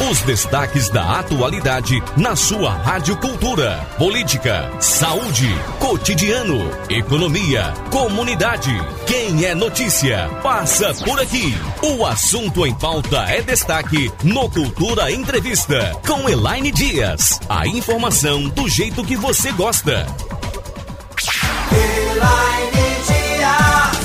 Os destaques da atualidade na sua Rádio Cultura. Política, saúde, cotidiano, economia, comunidade. Quem é notícia, passa por aqui. O assunto em pauta é destaque no Cultura Entrevista, com Elaine Dias. A informação do jeito que você gosta. Elaine Dias.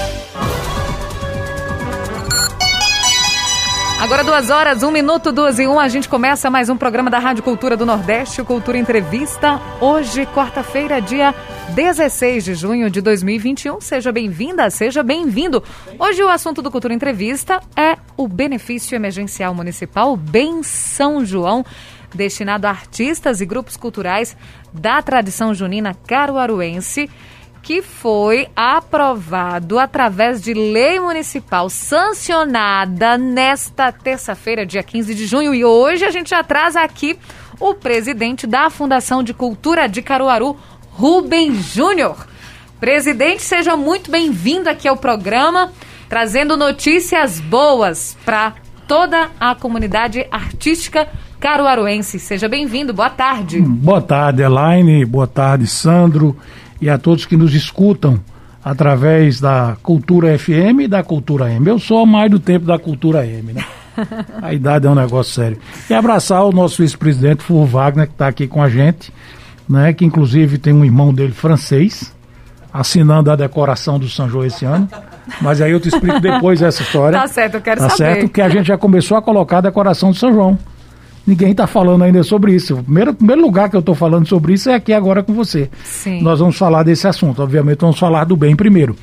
Agora 2h, 1 minuto, 2h01, a gente começa mais um programa da Rádio Cultura do Nordeste, o Cultura Entrevista. Hoje, quarta-feira, dia 16 de junho de 2021. Seja bem-vinda, seja bem-vindo. Hoje o assunto do Cultura Entrevista é o benefício emergencial municipal Bem São João, destinado a artistas e grupos culturais da tradição junina caruaruense, que foi aprovado através de lei municipal sancionada nesta terça-feira, dia 15 de junho. E hoje a gente já traz aqui o presidente da Fundação de Cultura de Caruaru, Rubens Júnior. Presidente, seja muito bem-vindo aqui ao programa, trazendo notícias boas para toda a comunidade artística caruaruense. Seja bem-vindo, boa tarde. Boa tarde, Elaine, boa tarde, Sandro, e a todos que nos escutam através da Cultura FM e da Cultura M. Eu sou mais do tempo da Cultura M, né? A idade é um negócio sério. E abraçar o nosso vice-presidente, Fur Wagner, que está aqui com a gente, né? Que inclusive tem um irmão dele francês, assinando a decoração do São João esse ano. Mas aí eu te explico depois essa história. Tá certo, eu quero saber. Tá certo, que a gente já começou a colocar a decoração do São João. Ninguém está falando ainda sobre isso. O primeiro lugar que eu estou falando sobre isso é aqui agora com você. Sim. Nós vamos falar desse assunto. Obviamente vamos falar do bem primeiro.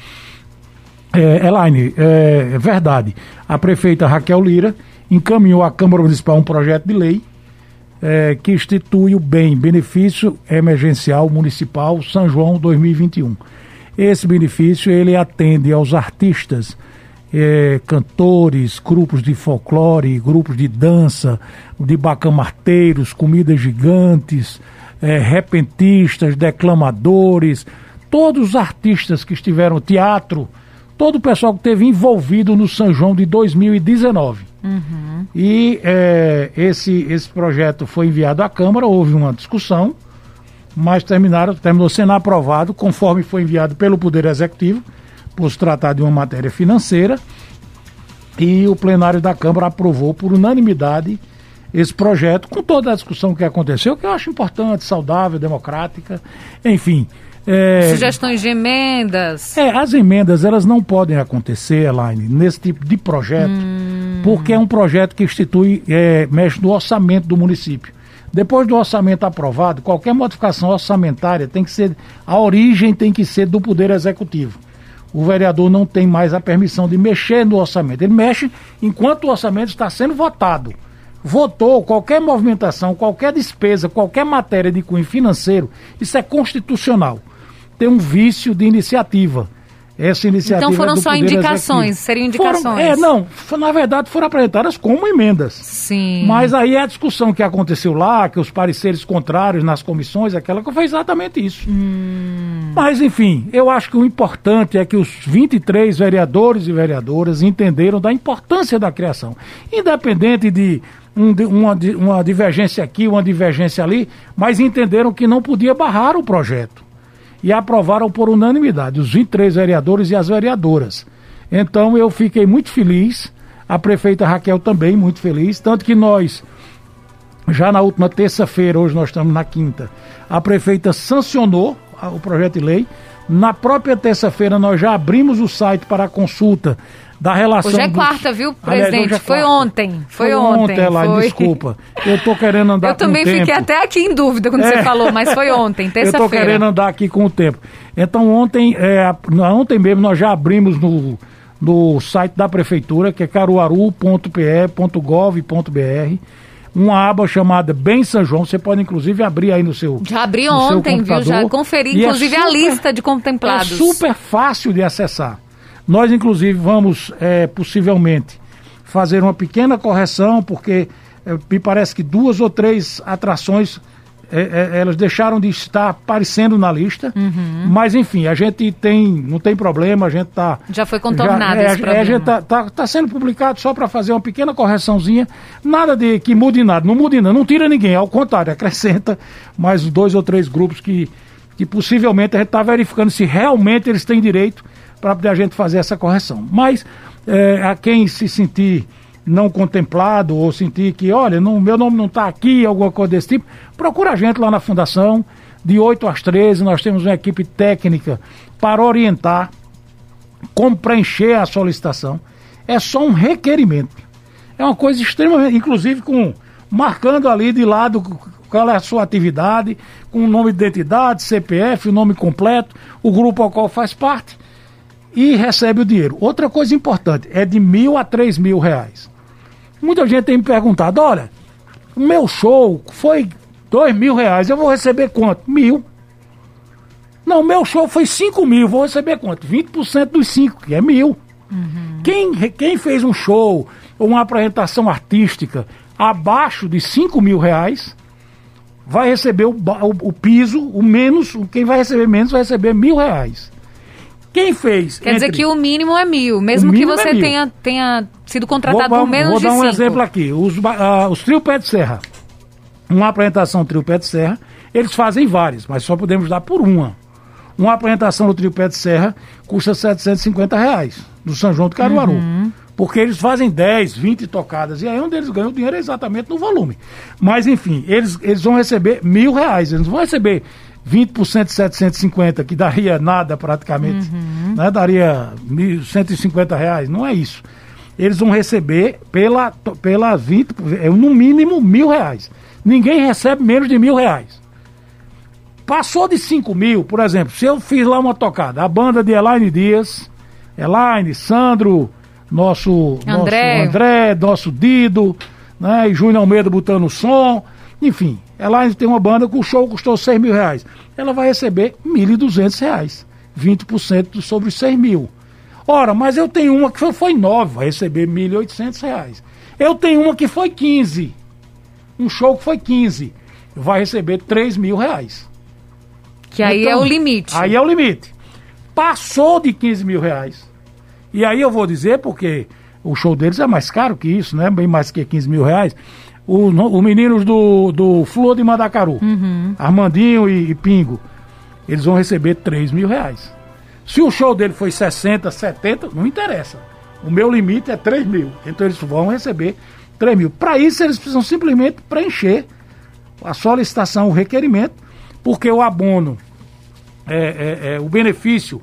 Elaine, é verdade. A prefeita Raquel Lira encaminhou à Câmara Municipal um projeto de lei que institui o benefício emergencial municipal São João 2021. Esse benefício ele atende aos artistas, cantores, grupos de folclore, grupos de dança, de bacamarteiros, comidas gigantes, repentistas, declamadores, todos os artistas que estiveram, teatro, todo o pessoal que esteve envolvido no São João de 2019. Uhum. E esse projeto foi enviado à Câmara, houve uma discussão, mas terminou sendo aprovado conforme foi enviado pelo Poder Executivo, por se tratar de uma matéria financeira, e o plenário da Câmara aprovou por unanimidade esse projeto, com toda a discussão que aconteceu, que eu acho importante, saudável, democrática, enfim. Sugestões de emendas. As emendas, elas não podem acontecer, Elaine, nesse tipo de projeto, porque é um projeto que mexe no orçamento do município. Depois do orçamento aprovado, qualquer modificação orçamentária a origem tem que ser do Poder Executivo. O vereador não tem mais a permissão de mexer no orçamento. Ele mexe enquanto o orçamento está sendo votado. Votou qualquer movimentação, qualquer despesa, qualquer matéria de cunho financeiro, isso é constitucional. Tem um vício de iniciativa. Essa iniciativa então foram só indicações, executivo. Seriam indicações? Na verdade foram apresentadas como emendas. Sim. Mas aí a discussão que aconteceu lá, que os pareceres contrários nas comissões, aquela que foi exatamente isso. Mas enfim, eu acho que o importante é que os 23 vereadores e vereadoras entenderam da importância da criação. Independente de uma divergência aqui, uma divergência ali, mas entenderam que não podia barrar o projeto. E aprovaram por unanimidade, os 23 vereadores e as vereadoras. Então eu fiquei muito feliz, a prefeita Raquel também muito feliz, tanto que nós, já na última terça-feira, hoje nós estamos na quinta, a prefeita sancionou o projeto de lei. Na própria terça-feira nós já abrimos o site para a consulta da relação... Hoje é quarta, viu, presidente? Aliás, foi ontem. Foi ontem, Elaine, desculpa. Eu estou querendo andar com o tempo. Eu também fiquei até aqui em dúvida quando você falou, mas foi ontem, terça-feira. Eu estou querendo andar aqui com o tempo. Então ontem mesmo nós já abrimos no site da prefeitura, que é caruaru.pe.gov.br, uma aba chamada Bem São João. Você pode inclusive abrir aí no seu Já abri ontem, viu? Já conferi, inclusive, a lista de contemplados. É super fácil de acessar. Nós, inclusive, vamos, possivelmente, fazer uma pequena correção, porque me parece que 2 ou 3 atrações elas deixaram de estar aparecendo na lista, mas enfim, a gente não tem problema, a gente está... Já foi contornado esse problema. A gente tá sendo publicado só para fazer uma pequena correçãozinha, nada de que mude nada, não mude nada, não tira ninguém, ao contrário, acrescenta mais 2 ou 3 grupos que possivelmente a gente está verificando se realmente eles têm direito para poder a gente fazer essa correção. Mas a quem se sentir não contemplado ou sentir que, olha, meu nome não está aqui, alguma coisa desse tipo, procura a gente lá na Fundação, de 8 às 13, nós temos uma equipe técnica para orientar como preencher a solicitação. É só um requerimento. É uma coisa extremamente, inclusive marcando ali de lado qual é a sua atividade, com o nome de identidade, CPF, o nome completo, o grupo ao qual faz parte, e recebe o dinheiro. Outra coisa importante, é de R$1.000 a R$3.000. Muita gente tem me perguntado, olha, o meu show foi R$2.000, eu vou receber quanto? 1.000. Não, meu show foi 5.000, vou receber quanto? 20% dos 5, que é 1.000. Quem fez um show ou uma apresentação artística abaixo de R$5.000 vai receber o piso, o menos, quem vai receber menos vai receber R$1.000. Quem fez... Quer dizer que o mínimo é 1.000, mesmo que você tenha sido contratado por menos de 5. Vou dar um exemplo aqui. Os Trio Pé de Serra, uma apresentação Trio Pé de Serra, eles fazem várias, mas só podemos dar por uma. Uma apresentação do Trio Pé de Serra custa R$750, do São João do Caruaru. Porque eles fazem 10, 20 tocadas, e aí onde eles ganham o dinheiro é exatamente no volume. Mas enfim, eles vão receber R$1.000, eles não vão receber 20% de 750, que daria nada praticamente, né? Daria R$150, não é isso. Eles vão receber pela 20, no mínimo R$1.000. Ninguém recebe menos de R$1.000. Passou de 5.000, por exemplo, se eu fiz lá uma tocada, a banda de Elaine Dias, Sandro, nosso André, nosso Dido, né? E Júnior Almeida botando o som, enfim, Elaine tem uma banda que o show custou R$6.000. Ela vai receber R$1.200, 20% sobre os 6.000. Ora, mas eu tenho uma que foi 9, vai receber R$1.800. Eu tenho uma que foi 15, um show que foi 15, vai receber R$3.000. Que aí então, é o limite. Aí é o limite. Passou de R$15.000. E aí eu vou dizer, porque o show deles é mais caro que isso, né? Bem mais que R$15.000. Os meninos do Flor de Mandacaru, Armandinho e Pingo, eles vão receber R$3.000. Se o show dele foi 60, 70, não interessa. O meu limite é 3.000. Então eles vão receber 3.000. Para isso eles precisam simplesmente preencher a solicitação, o requerimento, porque o abono, o benefício,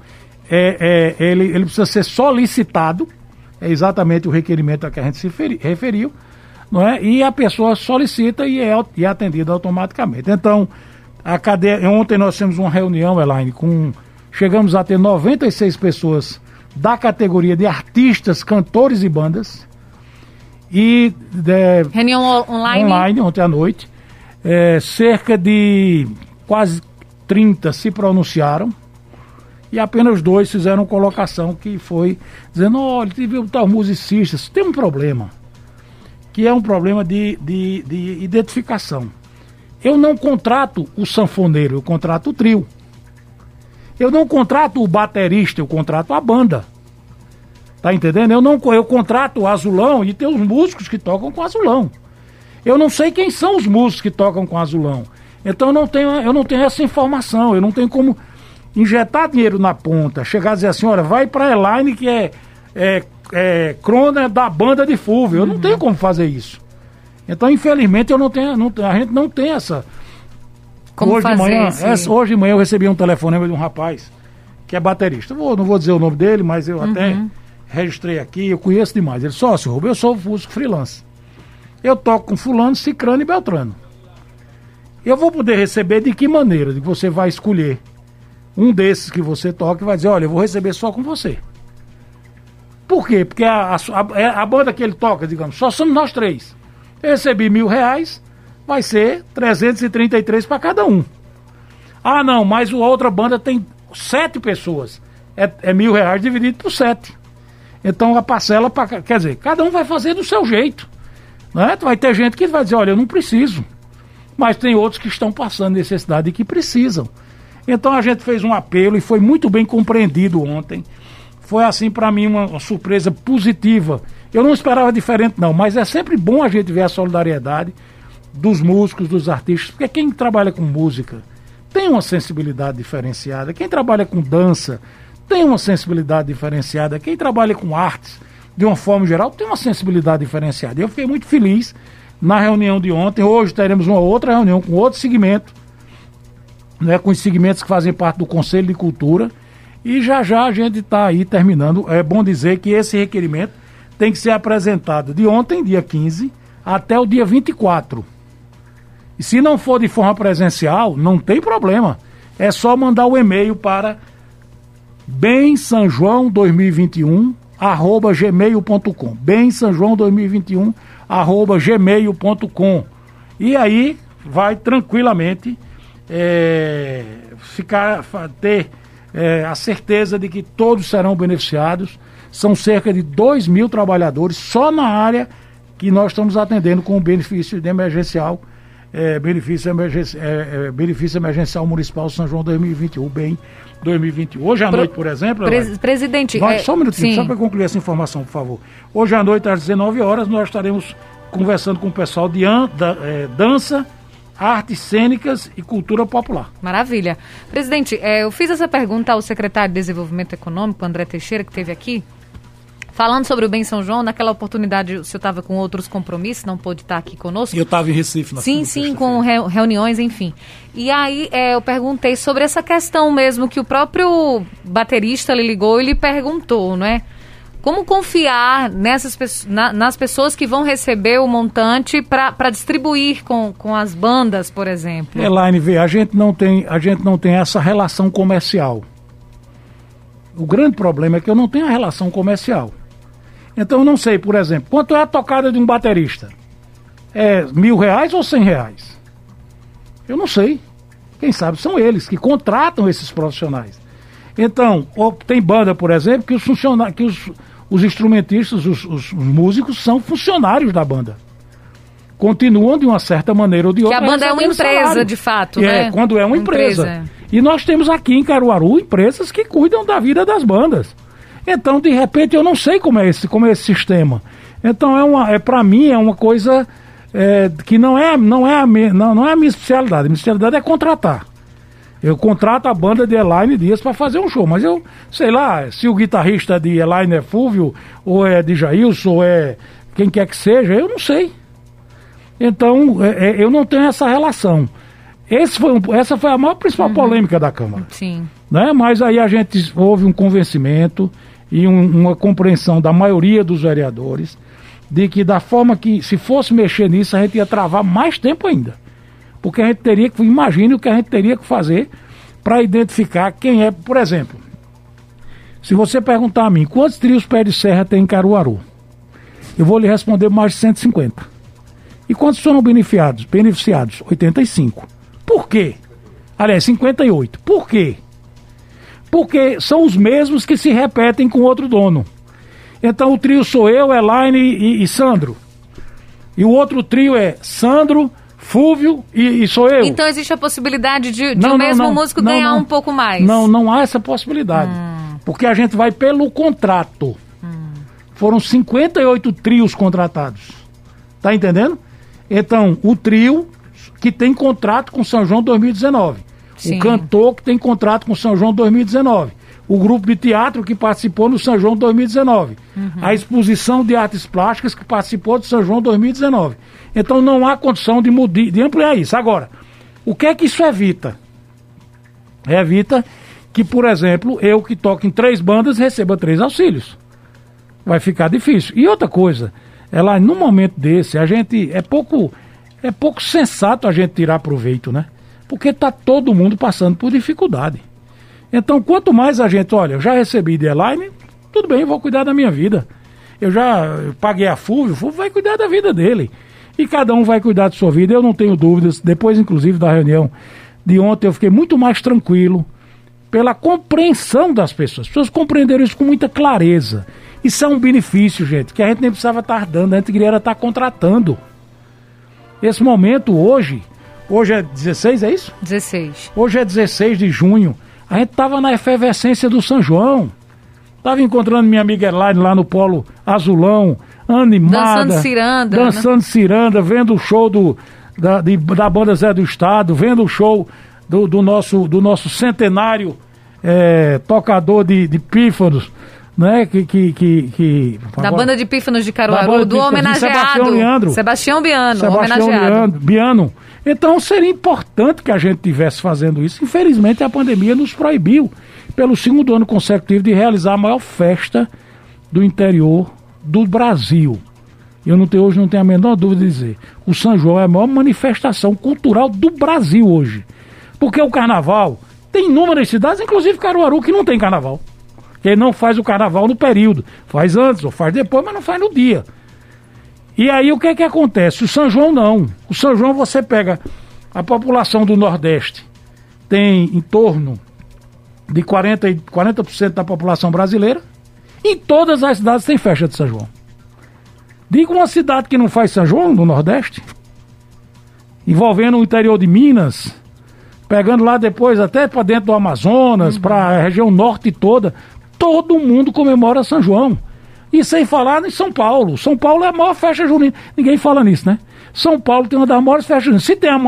ele precisa ser solicitado, é exatamente o requerimento a que a gente se referiu, não é? E a pessoa solicita e é atendida automaticamente. Então, ontem nós tivemos uma reunião, Elaine, chegamos a ter 96 pessoas da categoria de artistas, cantores e bandas. E reunião online ontem à noite. Cerca de quase 30 se pronunciaram e apenas 2 fizeram colocação, que foi dizendo, olha, tive um tal musicistas. Tem um problema, que é um problema de identificação. Eu não contrato o sanfoneiro, eu contrato o trio. Eu não contrato o baterista, eu contrato a banda. Tá entendendo? Eu contrato o azulão e tem os músicos que tocam com azulão. Eu não sei quem são os músicos que tocam com azulão. Então eu não tenho essa informação, eu não tenho como injetar dinheiro na ponta, chegar a dizer assim, olha, vai para a Elaine que é crona da banda de Fulvio. Eu não tenho como fazer isso. Então, infelizmente, a gente não tem essa... Como hoje de manhã eu recebi um telefonema de um rapaz que é baterista. Não vou dizer o nome dele, mas eu até registrei aqui, eu conheço demais. Ele só, senhor Rubem, eu sou músico freelance. Eu toco com fulano, cicrano e beltrano. Eu vou poder receber de que maneira? De que você vai escolher um desses que você toca e vai dizer, olha, eu vou receber só com você. Por quê? Porque a banda que ele toca, digamos, só somos nós 3. Eu recebi R$1.000, vai ser 333 para cada um. Ah, não, mas a outra banda tem 7 pessoas. É R$1.000 dividido por 7. Então a parcela, quer dizer, cada um vai fazer do seu jeito. Né? Vai ter gente que vai dizer, olha, eu não preciso. mas tem outros que estão passando necessidade e que precisam. Então a gente fez um apelo e foi muito bem compreendido ontem. Foi assim para mim uma surpresa positiva. Eu não esperava diferente não, mas é sempre bom a gente ver a solidariedade dos músicos, dos artistas, porque quem trabalha com música tem uma sensibilidade diferenciada, quem trabalha com dança tem uma sensibilidade diferenciada, quem trabalha com artes, de uma forma geral, tem uma sensibilidade diferenciada. Eu fiquei muito feliz na reunião de ontem. Hoje teremos uma outra reunião com outro segmento, né, com os segmentos que fazem parte do Conselho de Cultura, e já a gente está aí terminando. É bom dizer que esse requerimento tem que ser apresentado de ontem, dia 15, até o dia 24. E se não for de forma presencial, não tem problema. É só mandar o e-mail para bensanjoão2021@gmail.com. bensanjoão2021@gmail.com. E aí vai tranquilamente ter a certeza de que todos serão beneficiados. São cerca de 2.000 trabalhadores só na área que nós estamos atendendo com o benefício emergencial. Benefício Emergencial Municipal São João 2021, BEM 2021. Hoje à noite, por exemplo... Presidente... Só um minutinho, só para concluir essa informação, por favor. Hoje à noite, às 19 horas, nós estaremos conversando com o pessoal de dança, artes cênicas e cultura popular. Maravilha. Presidente, eu fiz essa pergunta ao secretário de Desenvolvimento Econômico, André Teixeira, que esteve aqui, falando sobre o Bem São João. Naquela oportunidade o senhor estava com outros compromissos, não pôde estar aqui conosco. Eu estava em Recife. Sim, com reuniões, enfim. E aí eu perguntei sobre essa questão mesmo, que o próprio baterista lhe ligou e lhe perguntou, não é? Como confiar nas pessoas que vão receber o montante para distribuir com as bandas, por exemplo? Elaine, a gente não tem essa relação comercial. O grande problema é que eu não tenho a relação comercial. Então eu não sei, por exemplo, quanto é a tocada de um baterista? É R$1.000 ou R$100? Eu não sei. Quem sabe são eles que contratam esses profissionais. Então, tem banda, por exemplo, que os instrumentistas, os músicos são funcionários da banda. Continuam de uma certa maneira ou de outra. Que a banda é uma empresa, salário. De fato, né? Quando é uma empresa. E nós temos aqui em Caruaru empresas que cuidam da vida das bandas. Então, de repente, eu não sei como é esse sistema. Então, para mim, é uma coisa que não é a minha especialidade. A minha especialidade é contratar. Eu contrato a banda de Elaine Dias para fazer um show, mas eu sei lá, se o guitarrista de Elaine é Fúvio, ou é de Jailson, ou é quem quer que seja, eu não sei. Então, eu não tenho essa relação. Essa foi a maior principal polêmica da Câmara. Sim. Né? Mas aí houve um convencimento e uma compreensão da maioria dos vereadores de que da forma que, se fosse mexer nisso, a gente ia travar mais tempo ainda. Porque a gente teria que, imagine o que a gente teria que fazer para identificar quem é. Por exemplo, se você perguntar a mim, quantos trios pé de serra tem em Caruaru? Eu vou lhe responder mais de 150. E quantos foram beneficiados? 85. Por quê? Aliás, 58. Por quê? Porque são os mesmos que se repetem com outro dono. Então o trio sou eu, Elaine e Sandro. E o outro trio é Sandro, Fúvio e sou eu. Então existe a possibilidade de o mesmo músico ganhar um pouco mais? Não há essa possibilidade. Porque a gente vai pelo contrato. Foram 58 trios contratados. Tá entendendo? Então, o trio que tem contrato com São João 2019. Sim. O cantor que tem contrato com São João 2019. O grupo de teatro que participou no São João 2019. A exposição de artes plásticas que participou do São João 2019. Então não há condição de ampliar isso. Agora, o que é que isso evita? Evita que, por exemplo, eu que toco em 3 bandas receba 3 auxílios. Vai ficar difícil. E outra coisa, num momento desse, a gente é pouco sensato a gente tirar proveito, né? Porque está todo mundo passando por dificuldade. Então, quanto mais a gente, eu já recebi de Elaine, tudo bem, eu vou cuidar da minha vida. Eu paguei a Fúvio, o Fúvio vai cuidar da vida dele. E cada um vai cuidar de sua vida, eu não tenho dúvidas. Depois, inclusive, da reunião de ontem, eu fiquei muito mais tranquilo pela compreensão das pessoas. As pessoas compreenderam isso com muita clareza. Isso é um benefício, gente, que a gente nem precisava estar dando, a gente queria estar contratando. Esse momento, hoje, Hoje é 16, é isso? 16. Hoje é 16 de junho. A gente estava na efervescência do São João. Estava encontrando minha amiga Elaine lá no Polo Azulão, animada. Dançando ciranda, vendo o show da banda Zé do Estado, vendo o show do nosso centenário tocador de pífanos, né? Da banda de pífanos de Caruaru, do homenageado. Sebastião Biano. Então seria importante que a gente estivesse fazendo isso. Infelizmente a pandemia nos proibiu, pelo 2º ano consecutivo, de realizar a maior festa do interior do Brasil. Hoje não tenho a menor dúvida de dizer. O São João é a maior manifestação cultural do Brasil hoje. Porque o carnaval tem inúmeras cidades, inclusive Caruaru, que não tem carnaval. Que não faz o carnaval no período. Faz antes ou faz depois, mas não faz no dia. E aí o que é que acontece? O São João não. O São João você pega a população do Nordeste, tem em torno de 40% da população brasileira. Em todas as cidades tem festa de São João. Diga uma cidade que não faz São João no Nordeste, envolvendo o interior de Minas, pegando lá depois até para dentro do Amazonas, para a região norte toda, todo mundo comemora São João. E sem falar em São Paulo. São Paulo é a maior festa junina. Ninguém fala nisso, né? São Paulo tem uma das maiores festas juninas. Se tem a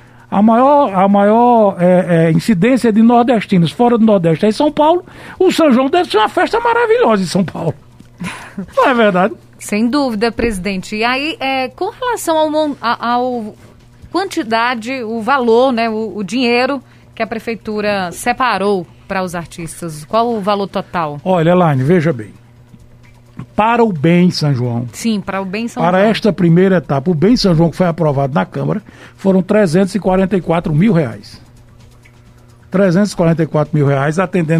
maior incidência de nordestinos fora do Nordeste é em São Paulo, o São João deve ser uma festa maravilhosa em São Paulo. Não é verdade? Sem dúvida, presidente. E aí, com relação ao quantidade, o valor, né, o dinheiro que a prefeitura separou para os artistas, qual o valor total? Olha, Elaine, veja bem. Para o Bem São João. Sim, para o Bem São João. Para esta primeira etapa, o Bem São João que foi aprovado na Câmara, foram R$344 mil. R$344 mil, atendendo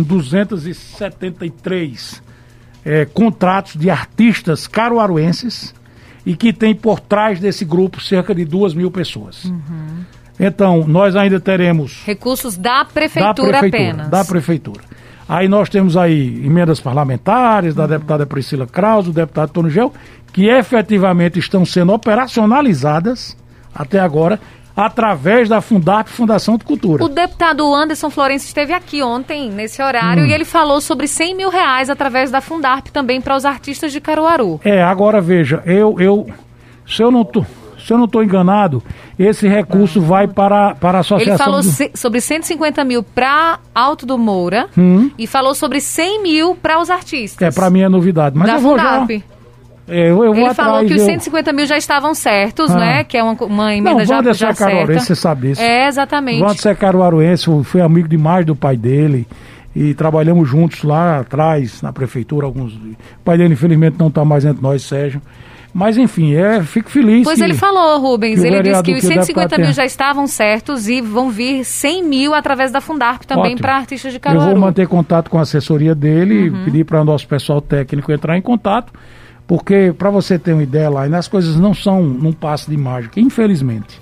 273 contratos de artistas caruaruenses e que tem por trás desse grupo cerca de 2.000 pessoas. Então, nós ainda teremos... Recursos da prefeitura apenas. Da prefeitura. Aí nós temos aí emendas parlamentares da deputada Priscila Krause, do deputado Tony Gel, que efetivamente estão sendo operacionalizadas até agora através da Fundarp, Fundação de Cultura. O deputado Anderson Florencio esteve aqui ontem, nesse horário, e ele falou sobre R$100 mil através da Fundarp também para os artistas de Caruaru. Agora veja, se eu não estou enganado, esse recurso vai para a associação... Ele falou sobre 150 mil para Alto do Moura e falou sobre 100 mil para os artistas. Para mim é novidade. Mas da eu vou Fundarp. Eu vou Ele atrás, falou que os 150 mil já estavam certos, né? Que é uma emenda já certa. Não, Wander é caruaruense, você sabe disso. Exatamente. Wander é caruaruense, fui amigo demais do pai dele e trabalhamos juntos lá atrás, na prefeitura. O pai dele, infelizmente, não está mais entre nós, Sérgio. Mas, enfim, fico feliz. Pois ele falou, Rubens, ele disse que os 150 mil já estavam certos e vão vir 100 mil através da Fundarp também para artistas de Caruaru. Eu vou manter contato com a assessoria dele, pedir para o nosso pessoal técnico entrar em contato, porque, para você ter uma ideia lá, as coisas não são num passe de mágica, infelizmente.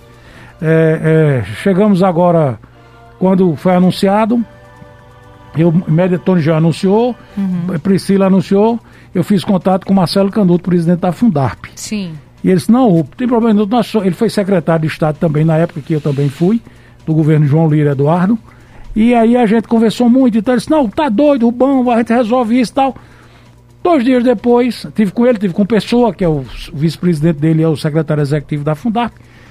Chegamos agora, quando foi anunciado, Tony já anunciou, Priscila anunciou, eu fiz contato com Marcelo Canuto, presidente da Fundarp. Sim. E ele disse, não tem problema não, ele foi secretário de Estado também, na época que eu também fui, do governo João Lira Eduardo, e aí a gente conversou muito, então ele disse, não, tá doido, Rubão, a gente resolve isso e tal. 2 dias depois, tive com Pessoa, que é o vice-presidente dele, é o secretário executivo da Fundarp.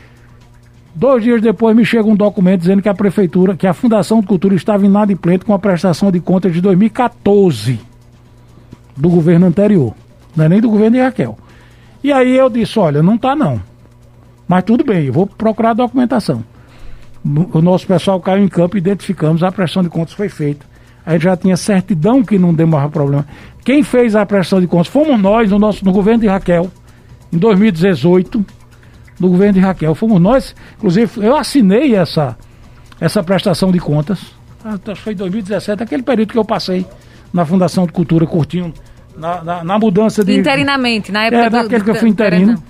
2 dias depois me chega um documento dizendo que a prefeitura, que a Fundação de Cultura estava inadimplente com a prestação de contas de 2014 do governo anterior, não é nem do governo de Raquel. E aí eu disse, olha, não está não, mas tudo bem, eu vou procurar a documentação. O nosso pessoal caiu em campo, identificamos, a prestação de contas foi feita. Aí já tinha certidão que não demorava problema. Quem fez a prestação de contas fomos nós, no governo de Raquel, em 2018, no governo de Raquel. Fomos nós, inclusive eu assinei essa prestação de contas, acho que foi em 2017, aquele período que eu passei na Fundação de Cultura, curtindo, na mudança de... Interinamente, na época daquele que eu fui interino.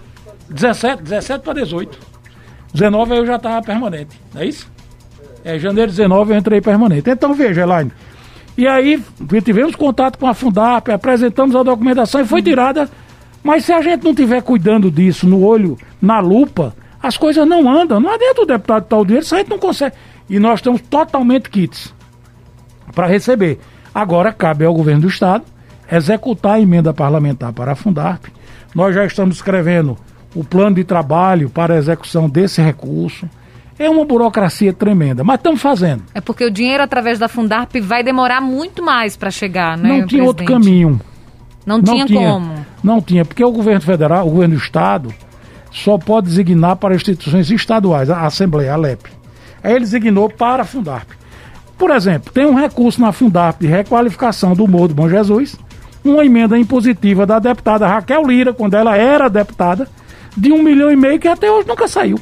17 para 18. 19 eu já estava permanente, não é isso? Janeiro de 19 eu entrei permanente. Então veja, Elaine, e aí tivemos contato com a Fundarp, apresentamos a documentação e foi tirada, mas se a gente não estiver cuidando disso no olho, na lupa, As coisas não andam, não adianta o deputado dar o dinheiro, se a gente não consegue. E nós estamos totalmente quites para receber. Agora cabe ao governo do Estado executar a emenda parlamentar para a Fundarp. Nós já estamos escrevendo o plano de trabalho para a execução desse recurso. É uma burocracia tremenda, mas estamos fazendo. É porque o dinheiro através da Fundarp vai demorar muito mais para chegar, né? Não tinha outro caminho. Não tinha como. Não tinha, porque o governo federal, o governo do Estado, só pode designar para instituições estaduais, a Assembleia, a LEP. Aí ele designou para a Fundarp. Por exemplo, tem um recurso na Fundarp de requalificação do Morro do Bom Jesus, uma emenda impositiva da deputada Raquel Lira, quando ela era deputada, de 1,5 milhão que até hoje nunca saiu.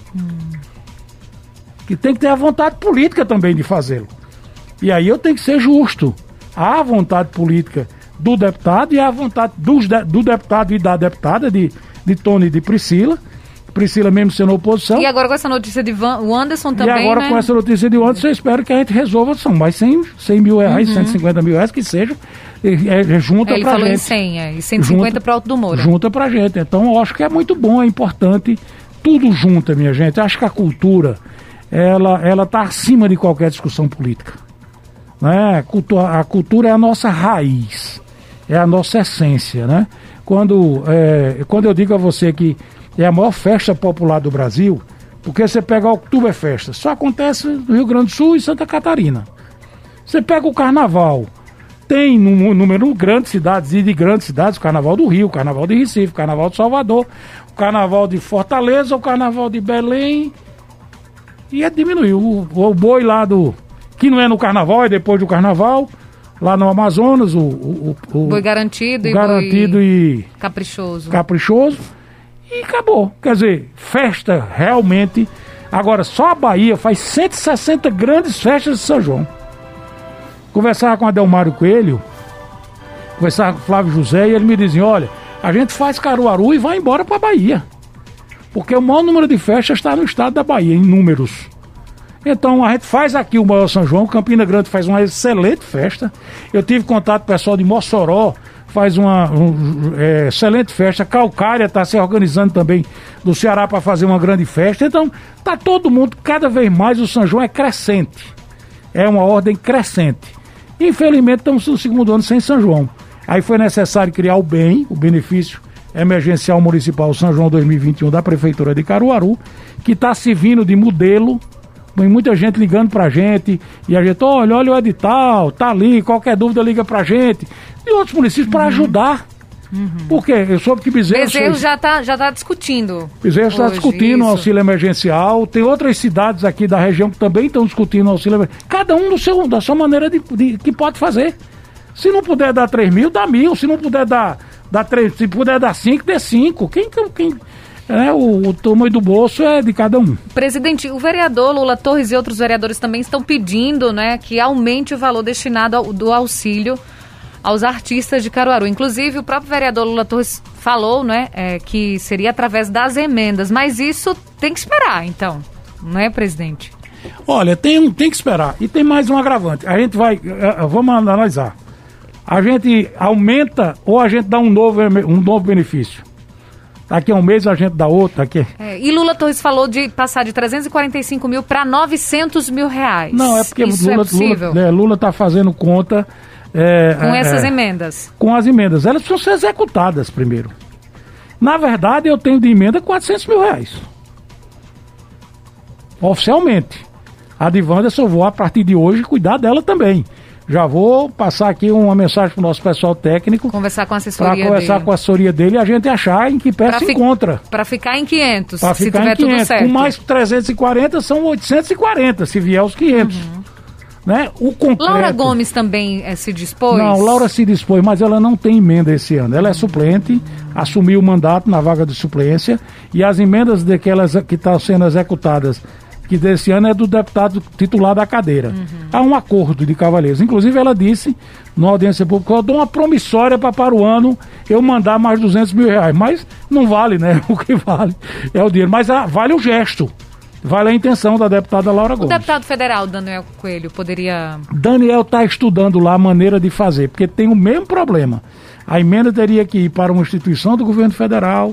Que tem que ter a vontade política também de fazê-lo. E aí eu tenho que ser justo. Há a vontade política do deputado e há a vontade do deputado e da deputada, de Tony e de Priscila. Priscila mesmo sendo oposição. E agora com essa notícia de o Anderson também, e agora, né? Com essa notícia de Anderson, eu espero que a gente resolva. São mais 100 mil reais, 150 mil reais, que seja. Junta pra gente. Ele falou em 100, e 150 para o Alto do Moura. Junta pra gente. Então, eu acho que é muito bom, é importante. Tudo junta, minha gente. Eu acho que a cultura, ela tá acima de qualquer discussão política. Né? A cultura é a nossa raiz. É a nossa essência, né? Quando eu digo a você que é a maior festa popular do Brasil, porque você pega o Oktoberfest, só acontece no Rio Grande do Sul e Santa Catarina. Você pega o Carnaval, tem num número grande de cidades, e de grandes cidades, o Carnaval do Rio, o Carnaval de Recife, o Carnaval de Salvador, o Carnaval de Fortaleza, o Carnaval de Belém, e diminuiu. O boi lá que não é no Carnaval, é depois do Carnaval, lá no Amazonas, o boi garantido e caprichoso. E acabou. Quer dizer, festa realmente. Agora, só a Bahia faz 160 grandes festas de São João. Conversava com Adelmário Coelho, conversava com o Flávio José, e ele me dizia: olha, a gente faz Caruaru e vai embora para a Bahia. Porque o maior número de festas está no estado da Bahia, em números. Então a gente faz aqui o maior São João, Campina Grande faz uma excelente festa. Eu tive contato com o pessoal de Mossoró, faz uma excelente festa. Calcária está se organizando também do Ceará para fazer uma grande festa. Então está todo mundo, cada vez mais o São João é crescente. É uma ordem crescente. Infelizmente estamos no segundo ano sem São João. Aí foi necessário criar o benefício emergencial municipal São João 2021 da Prefeitura de Caruaru, que está servindo de modelo. Tem muita gente ligando pra gente, e a gente, olha o edital, tá ali, qualquer dúvida liga pra gente. E outros municípios para ajudar. Porque eu soube que Bezerro já tá discutindo. Bezerro está discutindo o auxílio emergencial. Tem outras cidades aqui da região que também estão discutindo o auxílio emergencial. Cada um da sua maneira que pode fazer. Se não puder dar 3 mil, dá 1.000. Se não puder dar 3, se puder dar 5, dê 5. Quem o tamanho do bolso é de cada um. Presidente, o vereador Lula Torres e outros vereadores também estão pedindo, né, que aumente o valor destinado do auxílio aos artistas de Caruaru. Inclusive, o próprio vereador Lula Torres falou, né, que seria através das emendas. Mas isso tem que esperar, então, não é, presidente? Olha, tem que esperar. E tem mais um agravante. A gente vamos analisar. A gente aumenta ou a gente dá um novo benefício? Daqui a um mês a gente dá outro. E Lula Torres falou de passar de 345 mil para 900 mil reais. Não, é porque isso é possível? Lula está fazendo conta... com essas emendas. Com as emendas. Elas precisam ser executadas primeiro. Na verdade, eu tenho de emenda 400 mil reais. Oficialmente. A de Wanderson, eu vou, a partir de hoje, cuidar dela também. Já vou passar aqui uma mensagem para o nosso pessoal técnico. Conversar com a assessoria dele. Para conversar com a assessoria dele e a gente achar em que pé se encontra. Para ficar em 500, se tiver tudo certo. Com mais 340 são 840, se vier os 500. Né? O concreto... Laura Gomes também se dispôs? Não, Laura se dispôs, mas ela não tem emenda esse ano. Ela é suplente, assumiu o mandato na vaga de suplência, e as emendas que estão sendo executadas que desse ano é do deputado titular da cadeira. Há um acordo de cavalheiros. Inclusive ela disse, na audiência pública, eu dou uma promissória para o ano eu mandar mais 200 mil reais. Mas não vale, né? O que vale é o dinheiro. Mas vale o gesto. Vale a intenção da deputada Laura Gomes. O deputado federal, Daniel Coelho, poderia... Daniel está estudando lá a maneira de fazer, porque tem o mesmo problema. A emenda teria que ir para uma instituição do governo federal,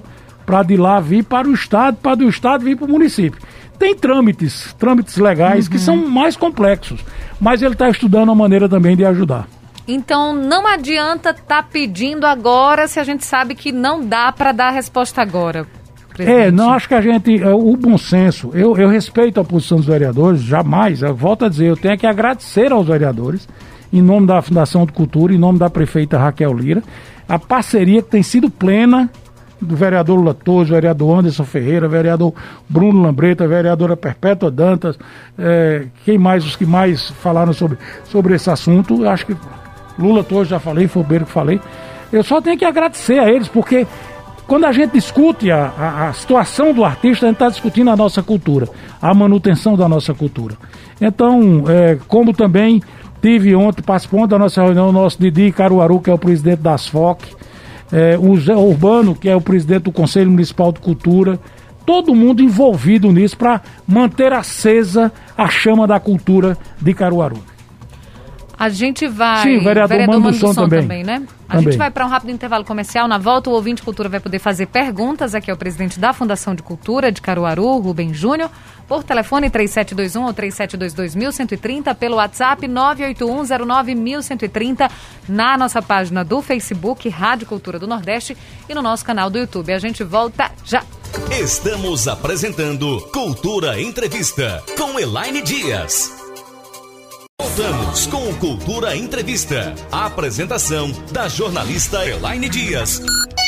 para de lá vir para o Estado, para do Estado vir para o município. Tem trâmites legais que são mais complexos, mas ele está estudando a maneira também de ajudar. Então, não adianta estar pedindo agora se a gente sabe que não dá para dar a resposta agora, presidente. Não, acho que o bom senso, eu respeito a posição dos vereadores, jamais, eu volto a dizer, eu tenho que agradecer aos vereadores, em nome da Fundação de Cultura, em nome da prefeita Raquel Lira, a parceria que tem sido plena do vereador Lula Torres, vereador Anderson Ferreira, vereador Bruno Lambreta, vereadora Perpétua Dantas, os que mais falaram sobre esse assunto. Eu acho que Lula Torres já falei, foi o Beiro que falei. Eu só tenho que agradecer a eles, porque quando a gente discute a situação do artista, a gente está discutindo a nossa cultura, a manutenção da nossa cultura. Então, como também tive ontem, participando da nossa reunião, o nosso Didi Caruaru, que é o presidente da ASFOC, o Zé Urbano, que é o presidente do Conselho Municipal de Cultura, todo mundo envolvido nisso para manter acesa a chama da cultura de Caruaru. A gente vai... Sim, o vereador Mano do Som também, né? A gente vai para um rápido intervalo comercial. Na volta, o ouvinte Cultura vai poder fazer perguntas. Aqui é o presidente da Fundação de Cultura de Caruaru, Rubem Júnior, por telefone 3721 ou 3722-1130, pelo WhatsApp 98109-1130, na nossa página do Facebook, Rádio Cultura do Nordeste, e no nosso canal do YouTube. A gente volta já. Estamos apresentando Cultura Entrevista com Elaine Dias. Voltamos com o Cultura Entrevista. A apresentação da jornalista Elaine Dias.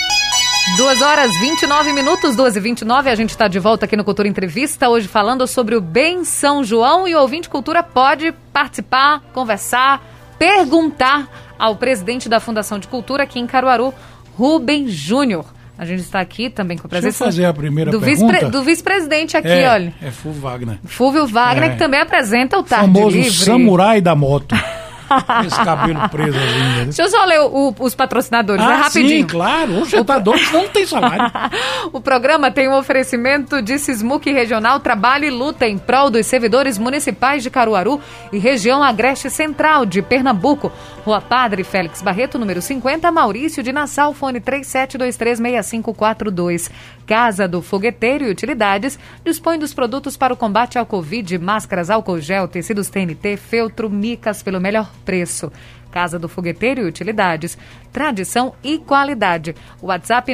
2h29, 2h29, a gente está de volta aqui no Cultura Entrevista, hoje falando sobre o Bem São João, e o ouvinte Cultura pode participar, conversar, perguntar ao presidente da Fundação de Cultura aqui em Caruaru, Rubem Júnior. A gente está aqui também com a presença... Deixa eu fazer a primeira pergunta. Do vice-presidente aqui, olha. É Fúvio Wagner. Fúvio Wagner, que também apresenta o Tarde famoso Livre. Samurai da moto. Esse cabelo preso ali. Deixa eu só ler os patrocinadores, rapidinho. Sim, claro. Hoje tá doido, não tem salário. O programa tem um oferecimento de Sismuc Regional, trabalho e luta em prol dos servidores municipais de Caruaru e região Agreste Central de Pernambuco. Rua Padre Félix Barreto, número 50, Maurício de Nassau, fone 37236542. Casa do Fogueteiro e Utilidades dispõe dos produtos para o combate ao Covid, máscaras, álcool gel, tecidos TNT, feltro, micas pelo melhor preço. Casa do Fogueteiro e Utilidades, tradição e qualidade. WhatsApp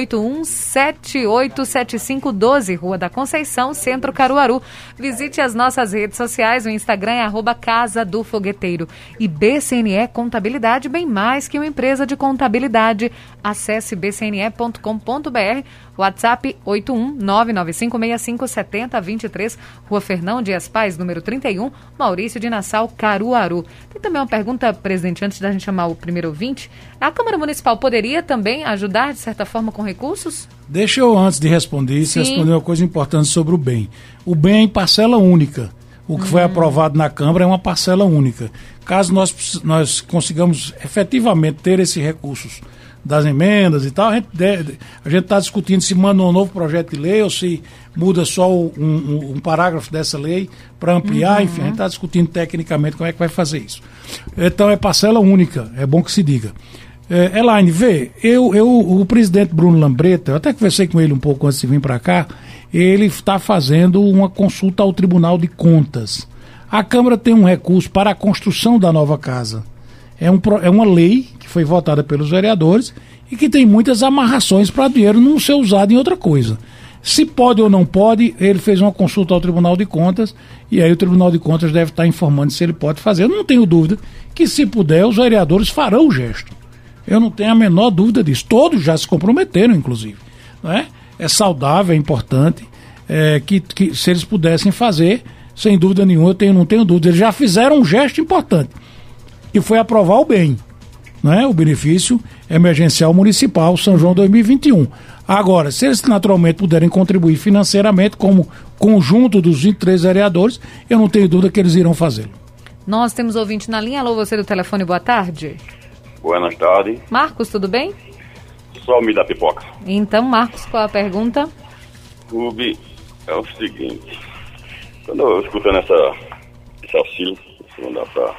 981787512, Rua da Conceição, Centro Caruaru. Visite as nossas redes sociais, o Instagram é @Casa do Fogueteiro. E BCNE Contabilidade, bem mais que uma empresa de contabilidade. Acesse bcne.com.br, WhatsApp 81995657023, Rua Fernão Dias Paz, número 31, Maurício de Nassau, Caruaru. Tem também uma pergunta, presidente, antes da gente chamar o primeiro ouvinte. A Câmara Municipal poderia também ajudar, de certa forma, com recursos? Deixa eu, antes de responder, responder uma coisa importante sobre o bem. O bem é em parcela única. O que foi aprovado na Câmara é uma parcela única. Caso nós consigamos efetivamente ter esses recursos das emendas e tal, a gente está discutindo se manda um novo projeto de lei ou se muda só um parágrafo dessa lei para ampliar, enfim, a gente está discutindo tecnicamente como é que vai fazer isso. Então é parcela única, é bom que se diga. Elaine, o presidente Bruno Lambreta, eu até conversei com ele um pouco antes de vir para cá, ele está fazendo uma consulta ao Tribunal de Contas. A Câmara tem um recurso para a construção da nova casa. É uma lei que foi votada pelos vereadores e que tem muitas amarrações para o dinheiro não ser usado em outra coisa. Se pode ou não pode, ele fez uma consulta ao Tribunal de Contas e aí o Tribunal de Contas deve estar informando se ele pode fazer. Eu não tenho dúvida que, se puder, os vereadores farão o gesto. Eu não tenho a menor dúvida disso. Todos já se comprometeram, inclusive. Não é? É saudável, é importante que se eles pudessem fazer, sem dúvida nenhuma, não tenho dúvida. Eles já fizeram um gesto importante, que foi aprovar o bem, né? O benefício emergencial municipal São João 2021. Agora, se eles naturalmente puderem contribuir financeiramente como conjunto dos 23 vereadores, eu não tenho dúvida que eles irão fazê-lo. Nós temos ouvinte na linha. Alô, você do telefone, boa tarde. Boa tarde. Marcos, tudo bem? Só me dá pipoca. Então, Marcos, qual a pergunta? Rubi, é o seguinte, quando eu escutando esse auxílio que não dá para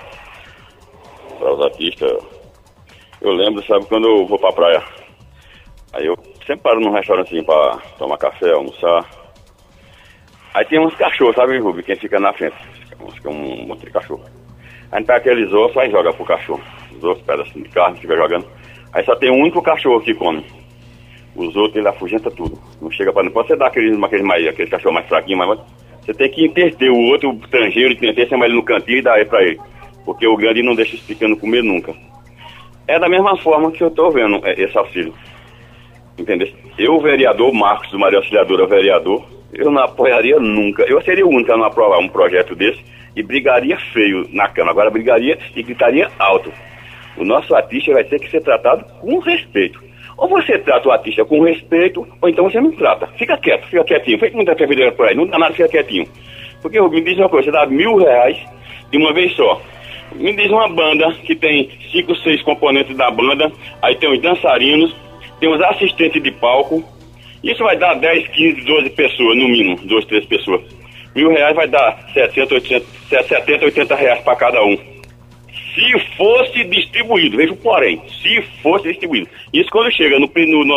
os artistas, eu lembro, sabe, quando eu vou pra praia, aí eu sempre paro num restaurantezinho pra tomar café, almoçar. Aí tem uns cachorros, sabe, Rubio? Quem fica na frente. Fica um monte de cachorro. A gente pega aqueles ossos, aí joga pro cachorro. Os ossos, pedacinho de carne, fica jogando. Aí só tem um único cachorro que come. Os outros, ele afugenta tudo. Não chega pra... Não pode você dar aquele cachorro mais fraquinho, mas você tem que interter o outro, o estrangeiro, chamar ele no cantinho e dar ele pra ele. Porque o grande não deixa esse pequeno comer nunca. É da mesma forma que eu tô vendo esse auxílio. Entendeu? Eu, vereador, Marcos do Maria Auxiliadora, vereador, eu não apoiaria nunca. Eu seria o único a não aprovar um projeto desse e brigaria feio na Câmara. Agora brigaria e gritaria alto. O nosso artista vai ter que ser tratado com respeito. Ou você trata o artista com respeito, ou então você não trata. Fica quieto, fica quietinho. Feito muita fervilheira por aí, não dá nada, fica quietinho. Porque, me diz uma coisa, você dá R$1.000 de uma vez só. Me diz uma banda que tem 5, 6 componentes da banda, aí tem os dançarinos, tem os assistentes de palco. Isso vai dar 10, 15, 12 pessoas, no mínimo, 2, 3 pessoas. R$1.000 vai dar 70, 80 reais para cada um. Se fosse distribuído, veja o porém, se fosse distribuído. Isso quando chega no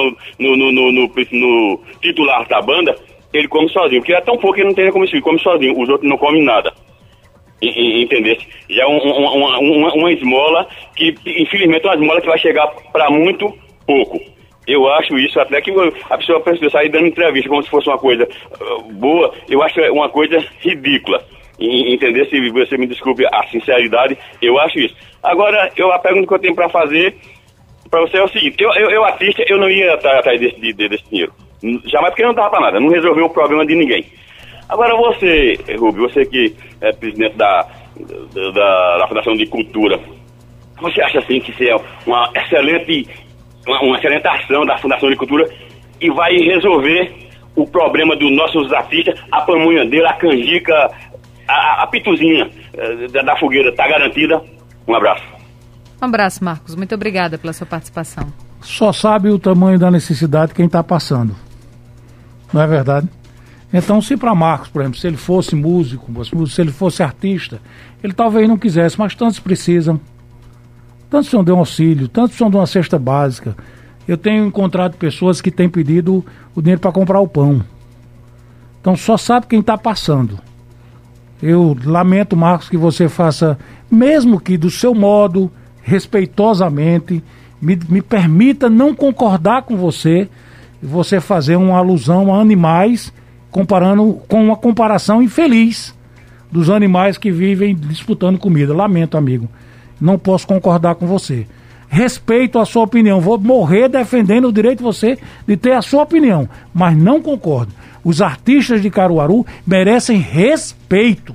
titular da banda, ele come sozinho, porque é tão pouco que ele não tem como ele come sozinho, os outros não comem nada. Entendeu? Já é uma esmola que, infelizmente, é uma esmola que vai chegar para muito pouco. Eu acho isso, até que a pessoa precisa sair dando entrevista como se fosse uma coisa boa, eu acho uma coisa ridícula. Entender? Se você me desculpe a sinceridade, eu acho isso. Agora, a pergunta que eu tenho para fazer para você é o seguinte: eu artista, eu não ia atrás desse dinheiro. Jamais, porque não dava para nada, não resolveu o problema de ninguém. Agora você, Rubio, você que é presidente da Fundação de Cultura, você acha assim que isso é uma excelente ação da Fundação de Cultura e vai resolver o problema dos nossos artistas, a pamonhadeira, a canjica, a pituzinha da fogueira está garantida? Um abraço. Um abraço, Marcos. Muito obrigada pela sua participação. Só sabe o tamanho da necessidade quem está passando. Não é verdade? Então, se para Marcos, por exemplo, se ele fosse músico, se ele fosse artista, ele talvez não quisesse, mas tantos precisam. Tantos precisam de um auxílio, tantos precisam de uma cesta básica. Eu tenho encontrado pessoas que têm pedido o dinheiro para comprar o pão. Então, só sabe quem está passando. Eu lamento, Marcos, que você faça, mesmo que do seu modo, respeitosamente, me permita não concordar com você fazer uma alusão a animais, comparando com uma comparação infeliz dos animais que vivem disputando comida. Lamento, amigo. Não posso concordar com você. Respeito a sua opinião. Vou morrer defendendo o direito de você de ter a sua opinião. Mas não concordo. Os artistas de Caruaru merecem respeito.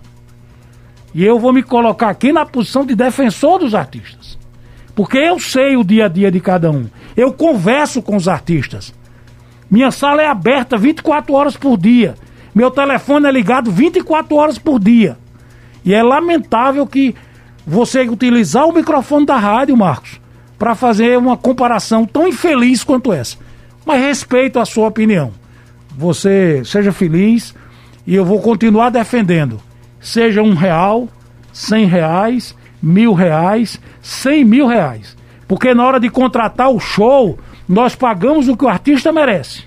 E eu vou me colocar aqui na posição de defensor dos artistas. Porque eu sei o dia a dia de cada um. Eu converso com os artistas. Minha sala é aberta 24 horas por dia. Meu telefone é ligado 24 horas por dia. E é lamentável que você utilizar o microfone da rádio, Marcos, para fazer uma comparação tão infeliz quanto essa. Mas respeito a sua opinião. Você seja feliz e eu vou continuar defendendo. Seja R$1, R$100, R$1.000, R$100.000. Porque na hora de contratar o show, nós pagamos o que o artista merece.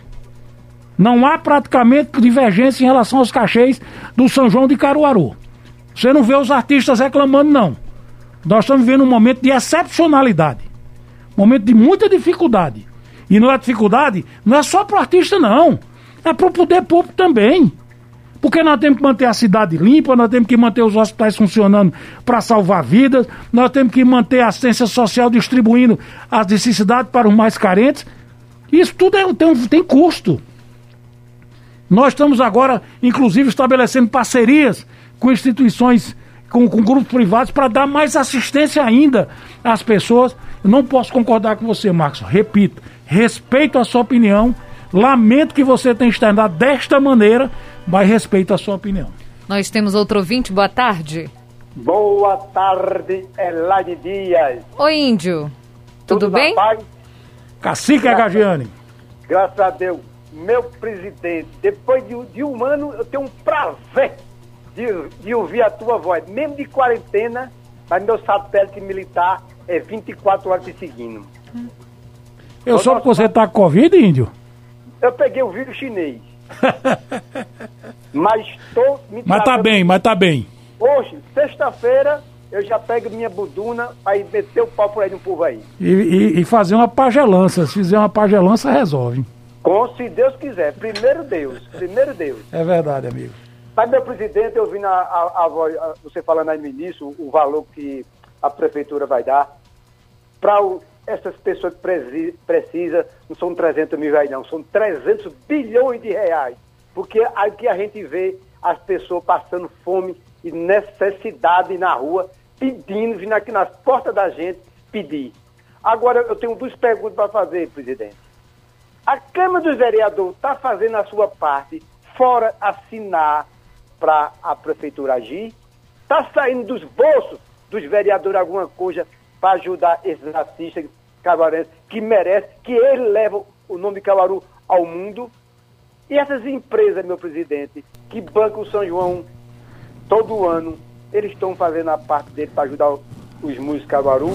Não há praticamente divergência em relação aos cachês do São João de Caruaru. Você não vê os artistas reclamando, não. Nós estamos vivendo um momento de excepcionalidade. Um momento de muita dificuldade. E não é dificuldade, não é só para o artista, não. É para o poder público também. Porque nós temos que manter a cidade limpa, nós temos que manter os hospitais funcionando para salvar vidas, nós temos que manter a assistência social distribuindo as necessidades para os mais carentes. Isso tudo tem custo. Nós estamos agora, inclusive, estabelecendo parcerias com instituições, com grupos privados, para dar mais assistência ainda às pessoas. Eu não posso concordar com você, Marcos. Repito, respeito a sua opinião, lamento que você tenha externado desta maneira, mas respeito a sua opinião. Nós temos outro ouvinte, boa tarde. Boa tarde, Elaine Dias. Oi, Índio. Tudo bem? Cacique Agagiani. Graças a Deus. Meu presidente, depois de um ano, eu tenho um prazer de ouvir a tua voz, mesmo de quarentena, mas meu satélite militar é 24 horas te seguindo. Eu soube que você tá com Covid, Índio? eu peguei o vírus chinês. Mas estou me Mas tá bem. Hoje, sexta-feira, eu já pego minha buduna, aí meter o pau por aí no povo aí. E fazer uma pagelança. Se fizer uma pagelança, resolve. Se Deus quiser. Primeiro Deus. É verdade, amigo. Mas, meu presidente, eu vi a voz, você falando aí no início, o valor que a prefeitura vai dar para essas pessoas que precisam, não são 300 mil reais não, são 300 bilhões de reais. Porque aqui a gente vê as pessoas passando fome e necessidade na rua, pedindo, vindo aqui nas portas da gente pedir. Agora, eu tenho 2 perguntas para fazer, presidente. A Câmara dos Vereadores está fazendo a sua parte, fora assinar para a prefeitura agir? Está saindo dos bolsos dos vereadores alguma coisa para ajudar esses artistas caruarenses que merecem, que eles levam o nome de Caruaru ao mundo? E essas empresas, meu presidente, que bancam o São João todo ano, eles estão fazendo a parte deles para ajudar os músicos de Caruaru?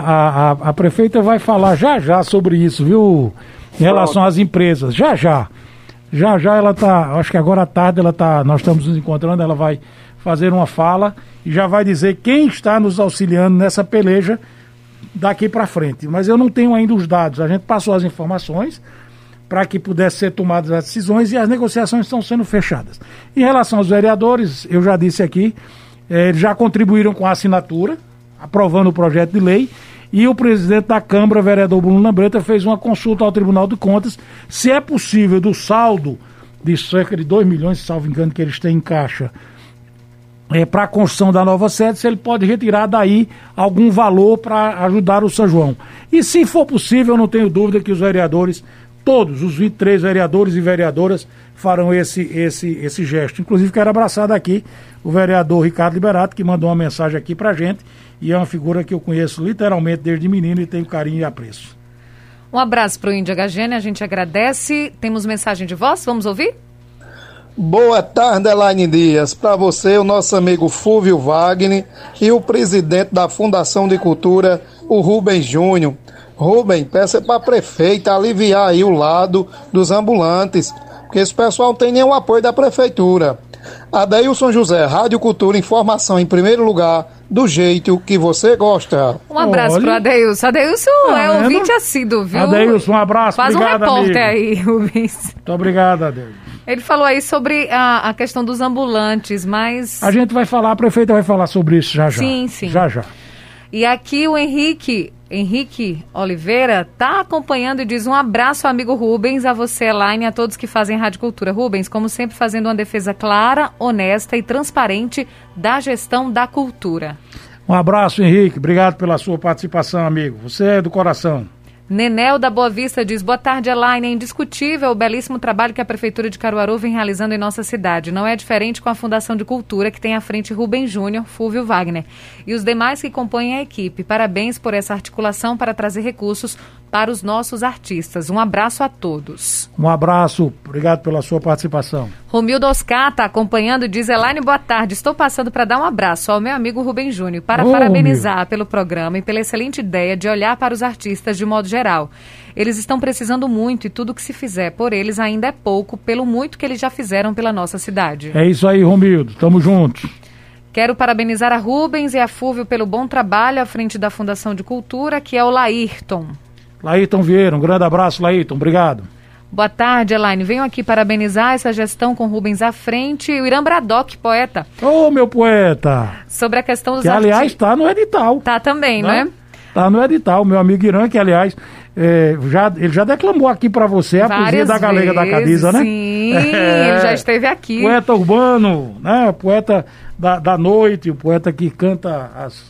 A prefeita vai falar já sobre isso, viu? Em relação às empresas, já ela tá, acho que agora à tarde nós estamos nos encontrando, ela vai fazer uma fala e já vai dizer quem está nos auxiliando nessa peleja daqui para frente. Mas eu não tenho ainda os dados, a gente passou as informações para que pudesse ser tomadas as decisões e as negociações estão sendo fechadas. Em relação aos vereadores, eu já disse aqui, eles já contribuíram com a assinatura, aprovando o projeto de lei. E o presidente da Câmara, vereador Bruno Lambreta, fez uma consulta ao Tribunal de Contas se é possível do saldo de cerca de 2 milhões, salvo engano, que eles têm em caixa para a construção da nova sede, se ele pode retirar daí algum valor para ajudar o São João. E se for possível, eu não tenho dúvida que os vereadores, todos os 23 vereadores e vereadoras farão esse gesto. Inclusive quero abraçar daqui o vereador Ricardo Liberato, que mandou uma mensagem aqui para a gente. E é uma figura que eu conheço literalmente desde menino e tenho carinho e apreço. Um abraço para o Índia Gagene, a gente agradece. Temos mensagem de voz, vamos ouvir? Boa tarde, Elaine Dias. Para você, o nosso amigo Fúvio Wagner e o presidente da Fundação de Cultura, o Rubens Júnior. Rubens, peça para a prefeita aliviar aí o lado dos ambulantes, porque esse pessoal não tem nenhum apoio da prefeitura. Adeilson José, Rádio Cultura, informação em primeiro lugar, do jeito que você gosta. Um abraço pro Adeilson. Adeilson é ouvinte assíduo, viu? Adeilson, um abraço. Faz obrigado, um repórter amigo. aí, Rubens. Muito obrigado, Adeilson. Ele falou aí sobre a questão dos ambulantes, mas... A gente vai falar, a prefeita vai falar sobre isso já. Sim. Já. E aqui o Henrique Oliveira está acompanhando e diz um abraço, amigo Rubens, a você, Elaine, e a todos que fazem Rádio Cultura. Rubens, como sempre, fazendo uma defesa clara, honesta e transparente da gestão da cultura. Um abraço, Henrique. Obrigado pela sua participação, amigo. Você é do coração. Nenel da Boa Vista diz, boa tarde, Elaine, é indiscutível o belíssimo trabalho que a Prefeitura de Caruaru vem realizando em nossa cidade. Não é diferente com a Fundação de Cultura, que tem à frente Rubens Júnior, Fúvio Wagner e os demais que compõem a equipe. Parabéns por essa articulação para trazer recursos para os nossos artistas. Um abraço a todos. Um abraço, obrigado pela sua participação. Romildo Oscar está acompanhando e diz, Elaine, boa tarde, estou passando para dar um abraço ao meu amigo Rubens Júnior para parabenizar pelo programa e pela excelente ideia de olhar para os artistas de modo geral. Eles estão precisando muito e tudo que se fizer por eles ainda é pouco, pelo muito que eles já fizeram pela nossa cidade. É isso aí, Romildo, tamo juntos. Quero parabenizar a Rubens e a Fúvio pelo bom trabalho à frente da Fundação de Cultura, que é o Laírton. Laírton Vieira, um grande abraço, Laírton, obrigado. Boa tarde, Elaine. Venho aqui parabenizar essa gestão com Rubens à frente e o Irã Bradock, poeta. Ô, meu poeta! Sobre a questão dos que, aliás, está no edital. Tá também, né? Está no edital. Meu amigo Irã, que, aliás, ele já declamou aqui para você a poesia da Galega da Cadiza, né? Sim, ele já esteve aqui. Poeta urbano, né? Poeta da noite, o poeta que canta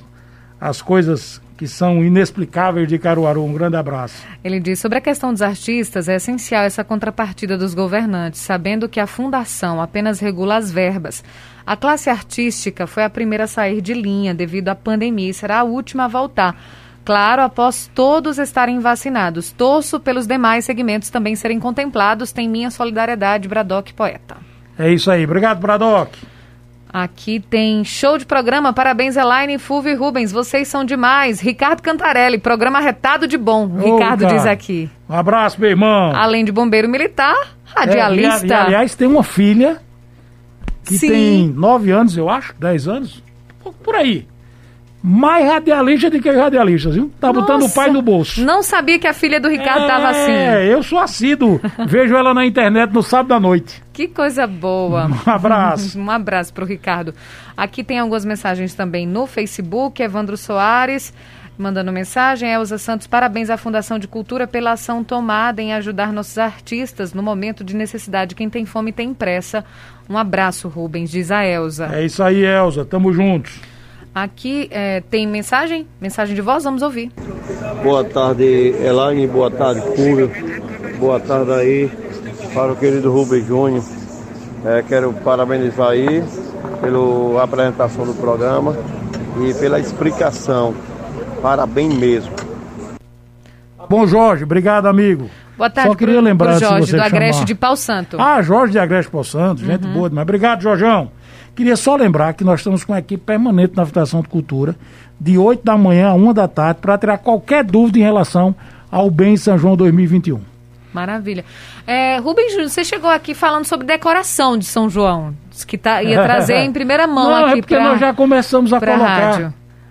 as coisas que são inexplicáveis de Caruaru. Um grande abraço. Ele diz, sobre a questão dos artistas, é essencial essa contrapartida dos governantes, sabendo que a fundação apenas regula as verbas. A classe artística foi a primeira a sair de linha devido à pandemia e será a última a voltar. Claro, após todos estarem vacinados. Torço pelos demais segmentos também serem contemplados. Tem minha solidariedade, Bradock, poeta. É isso aí. Obrigado, Bradock. Aqui tem show de programa, parabéns Elaine, Fulvio e Rubens, vocês são demais. Ricardo Cantarelli, programa retado de bom, Ricardo diz aqui. Um abraço, meu irmão. Além de bombeiro militar, radialista. E aliás, tem uma filha que tem 9 anos, eu acho, 10 anos, por aí. Mais radialista do que radialista, viu? Tá botando o pai no bolso. Não sabia que a filha do Ricardo tava assim. Eu sou assíduo. Vejo ela na internet no sábado à noite. Que coisa boa. Um abraço. Um abraço pro Ricardo. Aqui tem algumas mensagens também no Facebook. Evandro Soares mandando mensagem. Elza Santos, parabéns à Fundação de Cultura pela ação tomada em ajudar nossos artistas no momento de necessidade. Quem tem fome tem pressa. Um abraço, Rubens, diz a Elza. É isso aí, Elza. Tamo juntos. Aqui tem mensagem de voz, vamos ouvir. Boa tarde, Elaine, boa tarde, Fulvio, boa tarde aí para o querido Rubens Júnior. Quero parabenizar aí pela apresentação do programa e pela explicação. Parabéns mesmo. Bom, Jorge, obrigado, amigo. Boa tarde. Só queria lembrar pro Jorge, se do você Agreste chamar. de Pau Santo. Jorge de Agreste Pau Santo, gente boa demais. Obrigado, Jorjão. Queria só lembrar que nós estamos com a equipe permanente na Fundação de Cultura, de 8 da manhã a 1 da tarde, para tirar qualquer dúvida em relação ao Bem São João 2021. Maravilha. Rubens Júnior, você chegou aqui falando sobre decoração de São João, disse que ia trazer em primeira mão Não, aqui é porque nós já começamos a colocar. Rádio.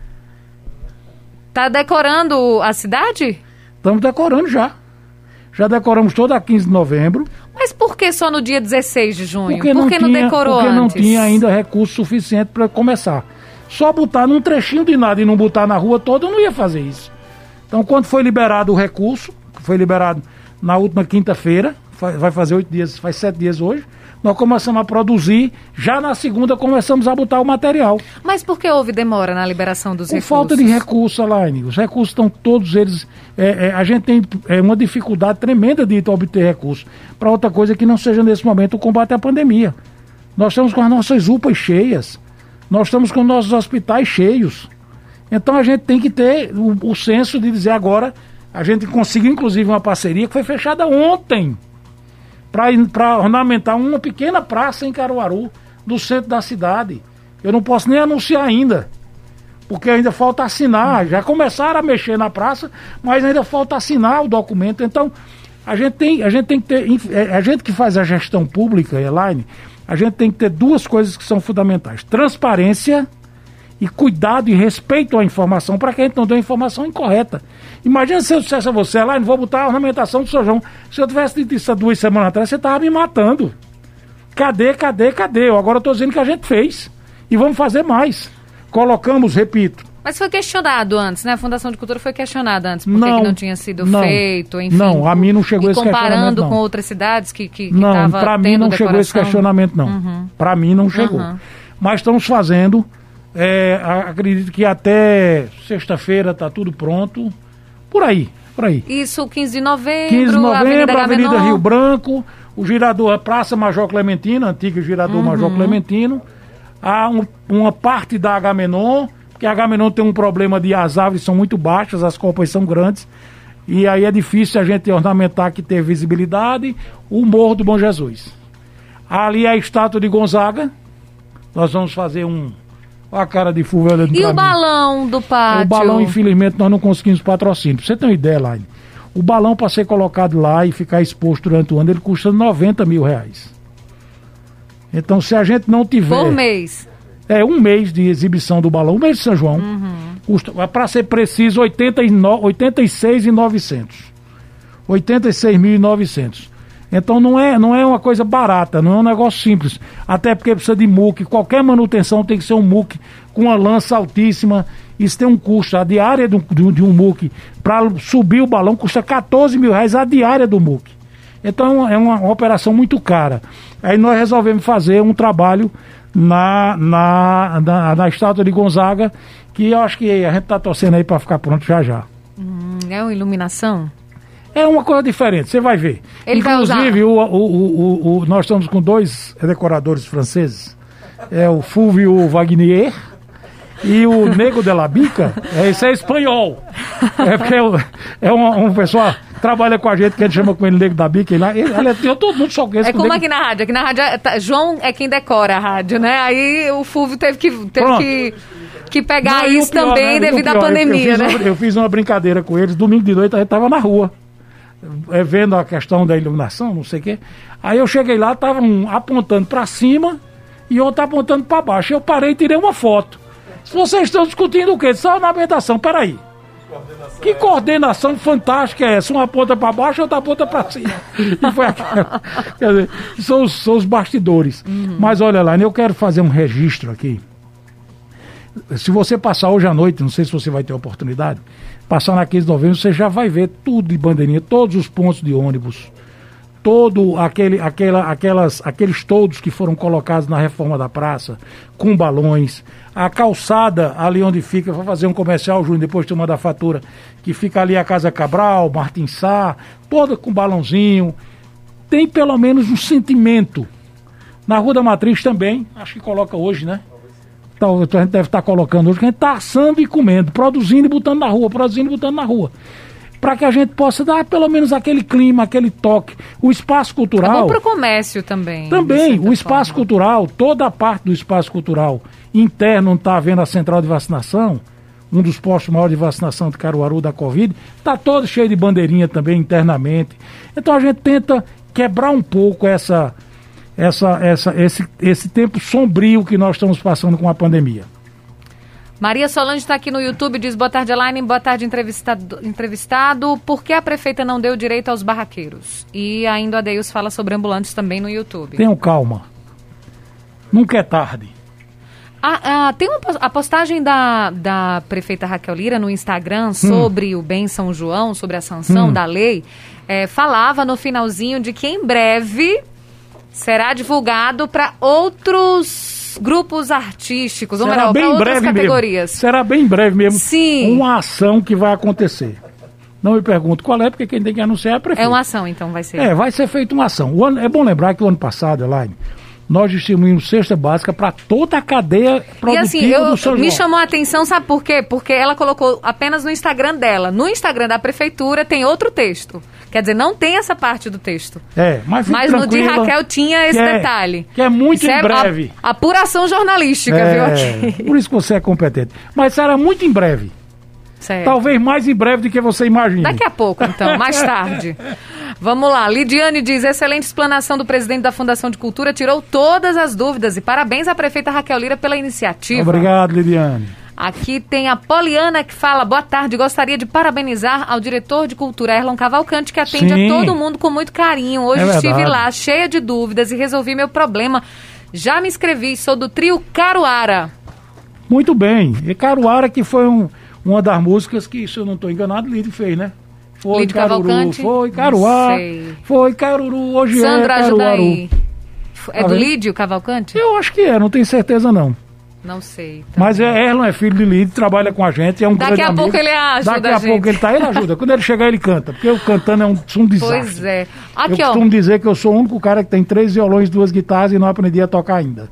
Tá decorando a cidade? Estamos decorando já. Já decoramos toda a 15 de novembro. Mas por que só no dia 16 de junho? Porque não decorou porque antes? Não tinha ainda recurso suficiente para começar. Só botar num trechinho de nada e não botar na rua toda, eu não ia fazer isso. Então, quando foi liberado o recurso, que foi liberado na última quinta-feira, vai fazer 8 dias, faz 7 dias hoje, nós começamos a produzir, já na segunda começamos a botar o material. Mas por que houve demora na liberação dos recursos? Por falta de recursos, Alaine. Os recursos estão todos eles... a gente tem uma dificuldade tremenda de obter recursos para outra coisa que não seja, nesse momento, o combate à pandemia. Nós estamos com as nossas UPAs cheias, nós estamos com nossos hospitais cheios. Então a gente tem que ter o senso de dizer agora, a gente conseguiu inclusive uma parceria que foi fechada ontem, para ornamentar uma pequena praça em Caruaru, no centro da cidade. Eu não posso nem anunciar ainda, porque ainda falta assinar. Já começaram a mexer na praça, mas ainda falta assinar o documento. Então, a gente tem que ter... A gente que faz a gestão pública, Elaine, a gente tem que ter duas coisas que são fundamentais. Transparência e cuidado e respeito à informação, para que a gente não dê a informação incorreta. Imagina se eu dissesse a você, Elaine, vou botar a ornamentação do São João. Se eu tivesse dito isso há 2 semanas atrás, você estava me matando. Cadê? Eu agora estou dizendo que a gente fez. E vamos fazer mais. Colocamos, repito. Mas foi questionado antes, né? A Fundação de Cultura foi questionada antes, porque não tinha sido feito, enfim. Não, a mim não chegou esse questionamento, comparando com outras cidades que não, para mim não chegou esse questionamento, não. Para mim não chegou. Mas estamos fazendo, acredito que até sexta-feira está tudo pronto. Por aí. Isso, 15 de novembro, 15 de novembro, Avenida Rio Branco, o girador, a Praça Major Clementino, antigo girador Major Clementino, há uma parte da Agamenon, porque a Agamenon tem um problema de as árvores são muito baixas, as copas são grandes, e aí é difícil a gente ornamentar que ter visibilidade, o Morro do Bom Jesus. Ali é a estátua de Gonzaga, nós vamos fazer Olha a cara de Fulvio. E o balão do pátio? O balão, infelizmente, nós não conseguimos patrocínio. Pra você ter uma ideia, Laine, o balão para ser colocado lá e ficar exposto durante o ano, ele custa R$90 mil. Então, se a gente não tiver... Por mês? Um mês de exibição do balão, um mês de São João, custa, para ser preciso, R$86.900. 86.900. Então não é uma coisa barata, não é um negócio simples. Até porque precisa de muque. Qualquer manutenção tem que ser um muque com uma lança altíssima. Isso tem um custo. A diária de um muque para subir o balão custa R$14 mil a diária do muque. Então é uma operação muito cara. Aí nós resolvemos fazer um trabalho na estátua de Gonzaga, que eu acho que a gente está torcendo aí para ficar pronto já. É uma iluminação? É uma coisa diferente, você vai ver. Ele inclusive, nós estamos com 2 decoradores franceses. É o Fulvio Wagnier e o Nego de la Bica. Esse é espanhol. É porque é uma pessoa trabalha com a gente, que a gente chama com ele Nego da Bica, eu todo mundo só conhece. É como aqui na rádio, João é quem decora a rádio, né? Aí o Fulvio teve que pegar isso pior, também, né? Devido à pandemia, né? Eu fiz uma brincadeira com eles, domingo de noite a gente tava na rua, vendo a questão da iluminação, não sei o quê. Aí eu cheguei lá, tava um apontando para cima e outro apontando para baixo. Eu parei e tirei uma foto. Se vocês estão discutindo o quê? Só na ambientação, peraí. Que coordenação fantástica é essa? Uma aponta para baixo, outra aponta para cima. E foi aquela. Quer dizer, são os bastidores. Mas olha lá, eu quero fazer um registro aqui. Se você passar hoje à noite, não sei se você vai ter oportunidade, passar na 15 de novembro, você já vai ver tudo de bandeirinha, todos os pontos de ônibus, todo aqueles todos que foram colocados na reforma da praça, com balões, a calçada ali onde fica, vou fazer um comercial, Júnior, depois de tu mandar a fatura, que fica ali a Casa Cabral, Martin Sá, toda com balãozinho, tem pelo menos um sentimento. Na Rua da Matriz também, acho que coloca hoje, né? Então, a gente deve estar colocando hoje, que a gente está assando e comendo, produzindo e botando na rua, para que a gente possa dar pelo menos aquele clima, aquele toque. O espaço cultural... É bom para o comércio também. Também, o espaço cultural, toda a parte do espaço cultural interno, onde está havendo a central de vacinação, um dos postos maiores de vacinação de Caruaru da Covid, está todo cheio de bandeirinha também internamente. Então a gente tenta quebrar um pouco esse tempo sombrio que nós estamos passando com a pandemia. Maria Solange está aqui no YouTube, diz: boa tarde, Elaine, boa tarde, entrevistado. Por que a prefeita não deu direito aos barraqueiros? E ainda a Deus fala sobre ambulantes também no YouTube. Tenham calma. Nunca é tarde. Tem a postagem da prefeita Raquel Lira no Instagram sobre o Bem São João, sobre a sanção da lei. Falava no finalzinho de que em breve será divulgado para outros grupos artísticos, ou melhor, para outras categorias. Será bem breve mesmo. Sim. Uma ação que vai acontecer. Não me pergunto qual é, porque quem tem que anunciar é a prefeita. É uma ação, então, vai ser. Vai ser feita uma ação. É bom lembrar que o ano passado, Elaine, nós distribuímos cesta básica para toda a cadeia produtiva do São João. Me chamou a atenção, sabe por quê? Porque ela colocou apenas no Instagram dela. No Instagram da prefeitura tem outro texto. Quer dizer, não tem essa parte do texto. Mas no de Raquel tinha esse detalhe. Que é muito em breve. Apuração jornalística, viu, aqui. Por isso que você é competente. Mas será muito em breve. Certo. Talvez mais em breve do que você imagina. Daqui a pouco, então, mais tarde. Vamos lá. Lidiane diz: excelente explanação do presidente da Fundação de Cultura, tirou todas as dúvidas e parabéns à prefeita Raquel Lira pela iniciativa. Obrigado, Lidiane. Aqui tem a Poliana que fala: boa tarde, gostaria de parabenizar ao diretor de cultura Erlon Cavalcante, que atende a todo mundo com muito carinho. Hoje estive lá, cheia de dúvidas e resolvi meu problema. Já me inscrevi, sou do trio Caruara. Muito bem. E Caruara, que foi uma das músicas que, se eu não estou enganado, Lídio fez, né? Foi Lídio Caruru, Cavalcante? foi Caruá, foi Caruru, hoje Sandro, é ajuda Caruaru. aí. É do Lídio Cavalcante? Eu acho que não tenho certeza não. Não sei. Mas Erlon é filho de Lídio, trabalha com a gente, é um grande amigo. Daqui a pouco ele ajuda. Daqui a pouco ele ajuda. Quando ele chegar, ele canta, porque eu cantando é um desastre. Pois é. Aqui, eu costumo dizer que eu sou o único cara que tem 3 violões, 2 guitarras e não aprendi a tocar ainda.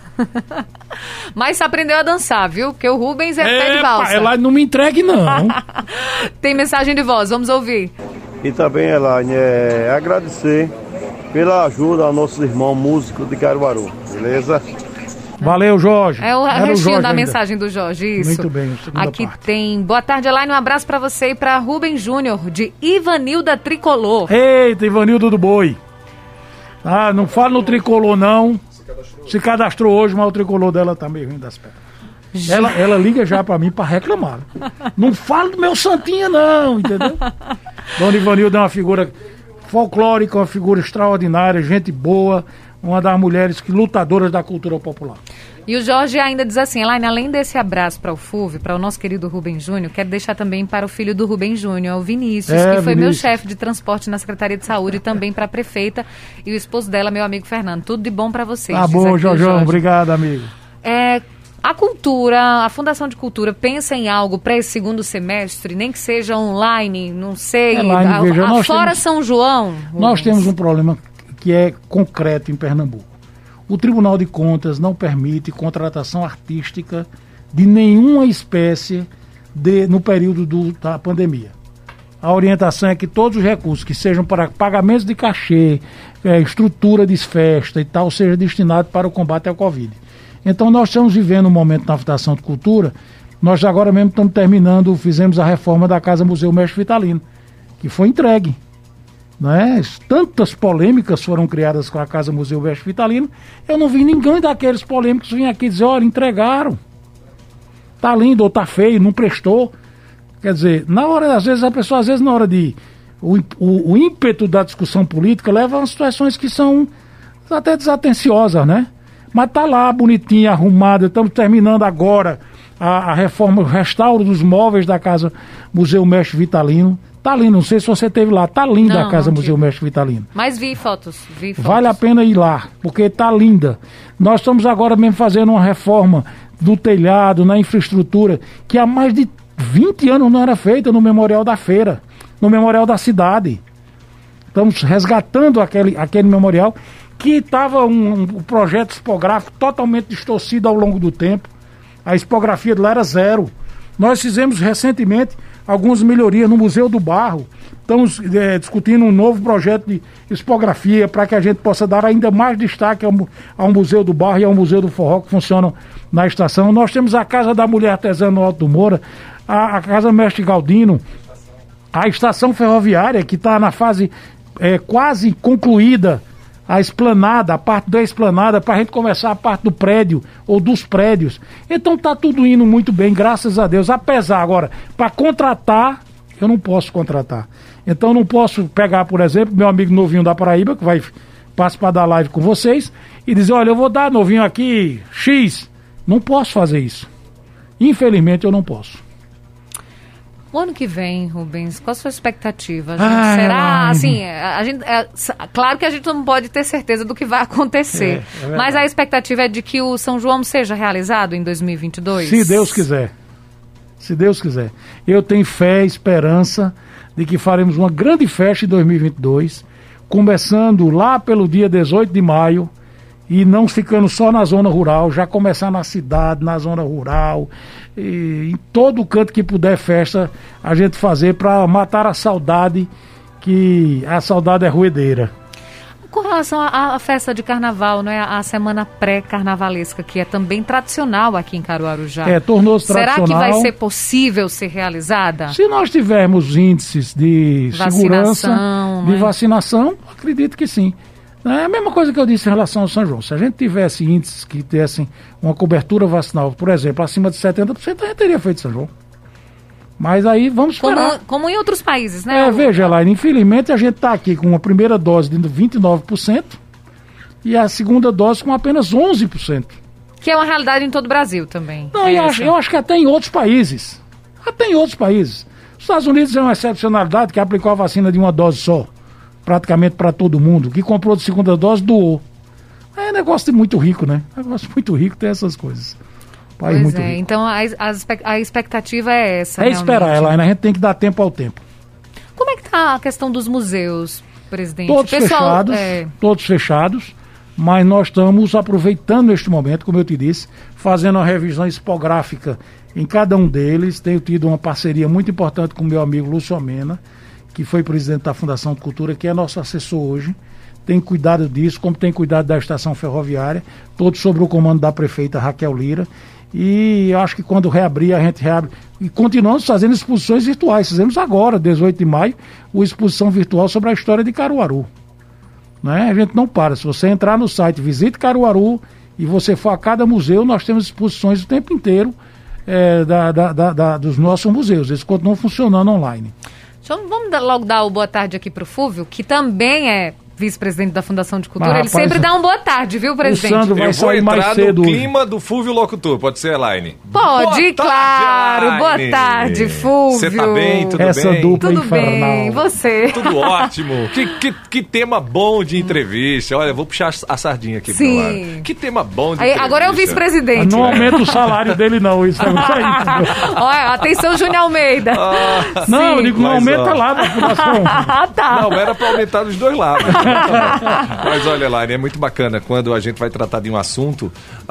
Mas você aprendeu a dançar, viu? Porque o Rubens é pé de valsa. Ela não me entregue, não. Tem mensagem de voz, vamos ouvir. E também, Elaine, agradecer pela ajuda aos nossos irmãos músicos de Caruaru, beleza? Valeu, Jorge. É o restinho da mensagem do Jorge, isso. Muito bem, aqui parte. Tem: boa tarde, Elaine, um abraço pra você e pra Rubens Júnior, de Ivanilda Tricolor. Eita, Ivanilda do Boi. Não fala no Tricolor, não. Se cadastrou hoje, mas o Tricolor dela tá meio ruim das pernas. Ela liga já pra mim pra reclamar. Não fala do meu Santinha, não, entendeu? Dona Ivanilda é uma figura folclórica, uma figura extraordinária, gente boa, uma das mulheres lutadoras da cultura popular. E o Jorge ainda diz assim: Elaine, além desse abraço para o Fulvio, para o nosso querido Rubem Júnior, quero deixar também para o filho do Rubem Júnior, o Vinícius, que foi meu chefe de transporte na Secretaria de Saúde, e também para a prefeita e o esposo dela, meu amigo Fernando. Tudo de bom para vocês. Tá bom, Jorjão, obrigado, amigo. A cultura, a Fundação de Cultura pensa em algo para esse segundo semestre, nem que seja online, não sei, fora São João? Nós temos um problema que é concreto em Pernambuco. O Tribunal de Contas não permite contratação artística de nenhuma espécie no período da pandemia. a orientação é que todos os recursos que sejam para pagamentos de cachê, estrutura de festa e tal, seja destinado para o combate ao Covid. Então nós estamos vivendo um momento na Fundação de Cultura, nós agora mesmo estamos terminando, fizemos a reforma da Casa Museu Mestre Vitalino, que foi entregue. Né? Tantas polêmicas foram criadas com a Casa Museu Mestre Vitalino, eu não vi ninguém daqueles polêmicos vir aqui dizer, olha, entregaram. Tá lindo ou tá feio, não prestou. Quer dizer, na hora, às vezes, a pessoa, na hora de... O ímpeto da discussão política leva a situações que são até desatenciosas, né? Mas tá lá, bonitinha, arrumada, estamos terminando agora a reforma, o restauro dos móveis da Casa Museu Mestre Vitalino. Tá lindo, não sei se você esteve lá, tá linda a Casa Museu Mestre Vitalino. Mas vi fotos. Vale a pena ir lá, porque tá linda. Nós estamos agora mesmo fazendo uma reforma do telhado, na infraestrutura, que há mais de 20 anos não era feita no Memorial da Feira, no Memorial da Cidade. Estamos resgatando aquele memorial que estava um projeto expográfico totalmente distorcido ao longo do tempo. A expografia de lá era zero. Nós fizemos recentemente algumas melhorias no Museu do Barro. Estamos discutindo um novo projeto de expografia para que a gente possa dar ainda mais destaque ao Museu do Barro e ao Museu do Forró que funcionam na estação. Nós temos a Casa da Mulher Artesã no Alto do Moura, a Casa Mestre Galdino, a estação ferroviária que está na fase quase concluída, a esplanada, a parte da esplanada, para a gente começar a parte do prédio ou dos prédios. Então está tudo indo muito bem, graças a Deus. Apesar agora, para contratar, eu não posso contratar. Então eu não posso pegar, por exemplo, meu amigo Novinho da Paraíba, que vai participar da live com vocês, e dizer, olha, eu vou dar Novinho aqui X. Não posso fazer isso. Infelizmente eu não posso. O ano que vem, Rubens, qual a sua expectativa? Será, assim, claro que a gente não pode ter certeza do que vai acontecer, mas a expectativa é de que o São João seja realizado em 2022? Se Deus quiser. Se Deus quiser. Eu tenho fé e esperança de que faremos uma grande festa em 2022, começando lá pelo dia 18 de maio, e não ficando só na zona rural, já começar na cidade, na zona rural, e em todo canto que puder festa, a gente fazer para matar a saudade, que a saudade é ruedeira. Com relação à festa de carnaval, não é? A semana pré-carnavalesca, que é também tradicional aqui em Caruaru já. Tornou-se tradicional. Será que vai ser possível ser realizada? Se nós tivermos índices de segurança, de vacinação, acredito que sim. É a mesma coisa que eu disse em relação ao São João. Se a gente tivesse índices que dessem uma cobertura vacinal, por exemplo, acima de 70%, a gente teria feito São João. Mas aí vamos esperar. Como em outros países, né? Veja lá, infelizmente a gente está aqui com uma primeira dose de 29% e a segunda dose com apenas 11%. Que é uma realidade em todo o Brasil também. Não, eu acho que até em outros países. Os Estados Unidos é uma excepcionalidade que aplicou a vacina de uma dose só. Praticamente para todo mundo. Que comprou de segunda dose, doou. É negócio de muito rico, né? Negócio muito rico tem essas coisas. País muito rico. Então a expectativa é essa. É esperar ela, a gente tem que dar tempo ao tempo. Como é que está a questão dos museus, presidente? Todos fechados, mas nós estamos aproveitando este momento, como eu te disse, fazendo uma revisão expográfica em cada um deles. Tenho tido uma parceria muito importante com o meu amigo Lúcio Amena, que foi presidente da Fundação de Cultura, que é nosso assessor hoje, tem cuidado disso, como tem cuidado da estação ferroviária, todos sob o comando da prefeita Raquel Lira, e acho que quando reabrir, a gente reabre, e continuamos fazendo exposições virtuais. Fizemos agora, 18 de maio, uma exposição virtual sobre a história de Caruaru. Né? A gente não para, se você entrar no site Visite Caruaru, e você for a cada museu, nós temos exposições o tempo inteiro dos nossos museus, eles continuam funcionando online. Vamos logo dar o boa tarde aqui para o Fúvio, que também é vice-presidente da Fundação de Cultura. Ele sempre dá um boa tarde, viu, presidente? O Sandro vai sair mais cedo. No clima do Fúvio Locutor. Pode ser, Elaine? Pode, claro. Boa tarde, Fúvio. Você tá bem? Tudo bem? Essa dupla tudo infernal. Bem, você? Tudo ótimo. Que tema bom de entrevista. Olha, vou puxar a sardinha aqui pro lado. Que tema bom de entrevista. Agora é o vice-presidente. Não aumenta o salário dele, não. Isso é muito aí. Olha, atenção, Júnior Almeida. Não, eu digo, não aumenta lá na fundação. Tá. Não, era pra aumentar dos dois lados. Mas olha, Elaine, é muito bacana quando a gente vai tratar de um assunto,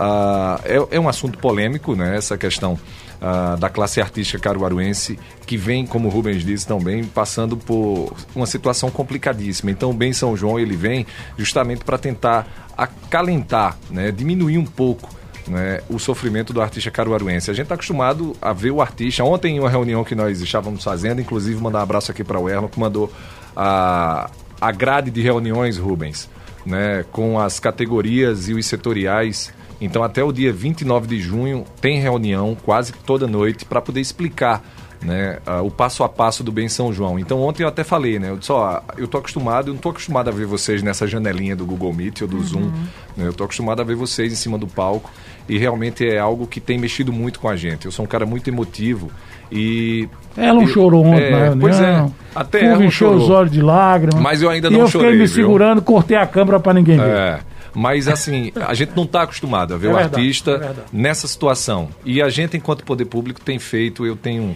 é um assunto polêmico, né? Essa questão da classe artística caruaruense, que vem, como o Rubens disse também, passando por uma situação complicadíssima. Então o Bem São João, ele vem justamente para tentar acalentar, né? Diminuir um pouco, né, o sofrimento do artista caruaruense. A gente está acostumado a ver o artista. Ontem, em uma reunião que nós estávamos fazendo, inclusive mandar um abraço aqui para o Erlon, que mandou a grade de reuniões, Rubens, né, com as categorias e os setoriais. Então, até o dia 29 de junho, tem reunião quase toda noite para poder explicar, né, o passo a passo do Bem São João. Então, ontem eu até falei, né, eu disse, eu não estou acostumado a ver vocês nessa janelinha do Google Meet ou do Zoom, né, eu estou acostumado a ver vocês em cima do palco, e realmente é algo que tem mexido muito com a gente. Eu sou um cara muito emotivo e... Ela não chorou ontem, né? Pois até ela encheu os olhos de lágrimas. Mas eu ainda não chorei, eu fiquei me segurando, cortei a câmera para ninguém ver. Mas assim, a gente não está acostumado a ver o artista nessa situação. E a gente, enquanto poder público, tem feito, eu tenho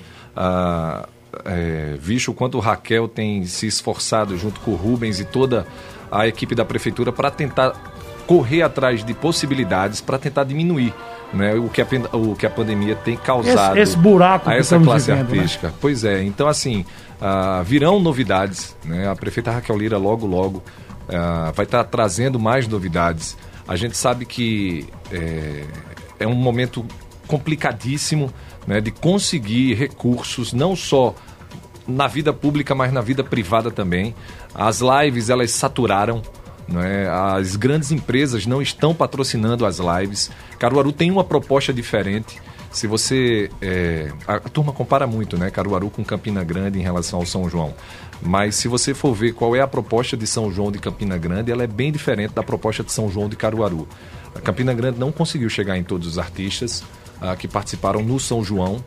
visto o quanto o Raquel tem se esforçado junto com o Rubens e toda a equipe da prefeitura para tentar correr atrás de possibilidades para tentar diminuir, né, o que a pandemia tem causado esse buraco a essa classe vivendo, artística. Né? Pois é, então assim, virão novidades, né? A prefeita Raquel Lira logo vai estar trazendo mais novidades. A gente sabe que é um momento complicadíssimo, né, de conseguir recursos, não só na vida pública, mas na vida privada também. As lives, elas saturaram, né? As grandes empresas não estão patrocinando as lives. Caruaru tem uma proposta diferente. Se você... a turma compara muito, né, Caruaru com Campina Grande em relação ao São João. Mas se você for ver qual é a proposta de São João de Campina Grande, ela é bem diferente da proposta de São João de Caruaru. A Campina Grande não conseguiu chegar em todos os artistas que participaram no São João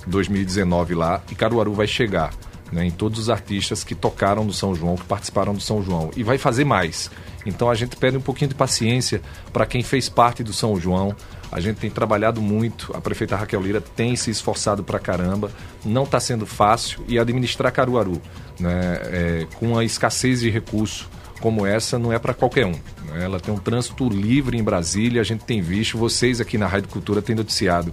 2019 lá, e Caruaru vai chegar, né, em todos os artistas que tocaram no São João, que participaram do São João, e vai fazer mais. Então a gente pede um pouquinho de paciência para quem fez parte do São João. A gente tem trabalhado muito, a prefeita Raquel Lira tem se esforçado pra caramba, não está sendo fácil, e administrar Caruaru, né, com a escassez de recurso como essa, não é para qualquer um, né? Ela tem um trânsito livre em Brasília, a gente tem visto, vocês aqui na Rádio Cultura têm noticiado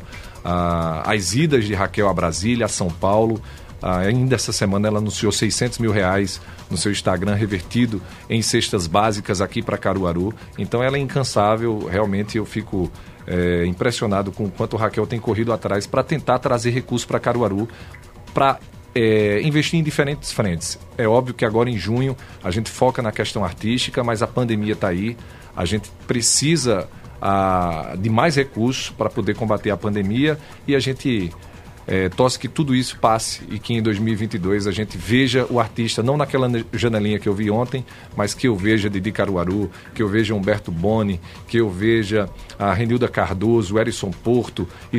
as idas de Raquel a Brasília, a São Paulo. Ainda essa semana ela anunciou R$600 mil no seu Instagram, revertido em cestas básicas aqui para Caruaru. Então ela é incansável, realmente eu fico impressionado com o quanto o Raquel tem corrido atrás para tentar trazer recursos para Caruaru, para investir em diferentes frentes. É óbvio que agora em junho a gente foca na questão artística, mas a pandemia está aí, a gente precisa de mais recursos para poder combater a pandemia, e a gente torce que tudo isso passe e que em 2022 a gente veja o artista, não naquela janelinha que eu vi ontem, mas que eu veja Didi Caruaru, que eu veja Humberto Boni, que eu veja a Renilda Cardoso, o Erison Porto e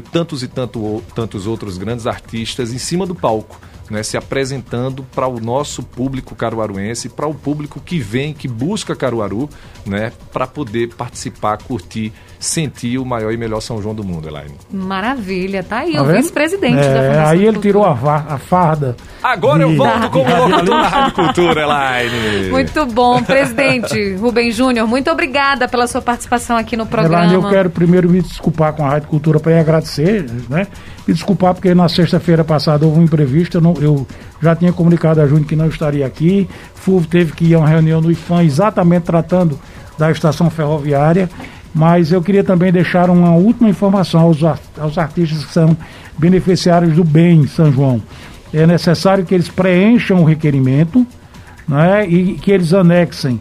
tantos outros grandes artistas em cima do palco, né, se apresentando para o nosso público caruaruense, para o público que vem, que busca Caruaru, né, para poder participar, curtir, sentir o maior e melhor São João do mundo, Elaine. Maravilha, tá aí o vice-presidente da Fundação aí ele Cultura. Tirou a farda. Agora eu volto como locutor da Rádio Cultura, Elaine. Muito bom, presidente Rubens Júnior, muito obrigada pela sua participação aqui no programa. Elaine, eu quero primeiro me desculpar com a Rádio Cultura para agradecer, né? Me desculpar porque na sexta-feira passada houve um imprevisto, eu já tinha comunicado a Júnior que não estaria aqui. Fulvio teve que ir a uma reunião no IFAM exatamente tratando da estação ferroviária, mas eu queria também deixar uma última informação aos artistas que são beneficiários do Bem São João. É necessário que eles preencham o requerimento, né, e que eles anexem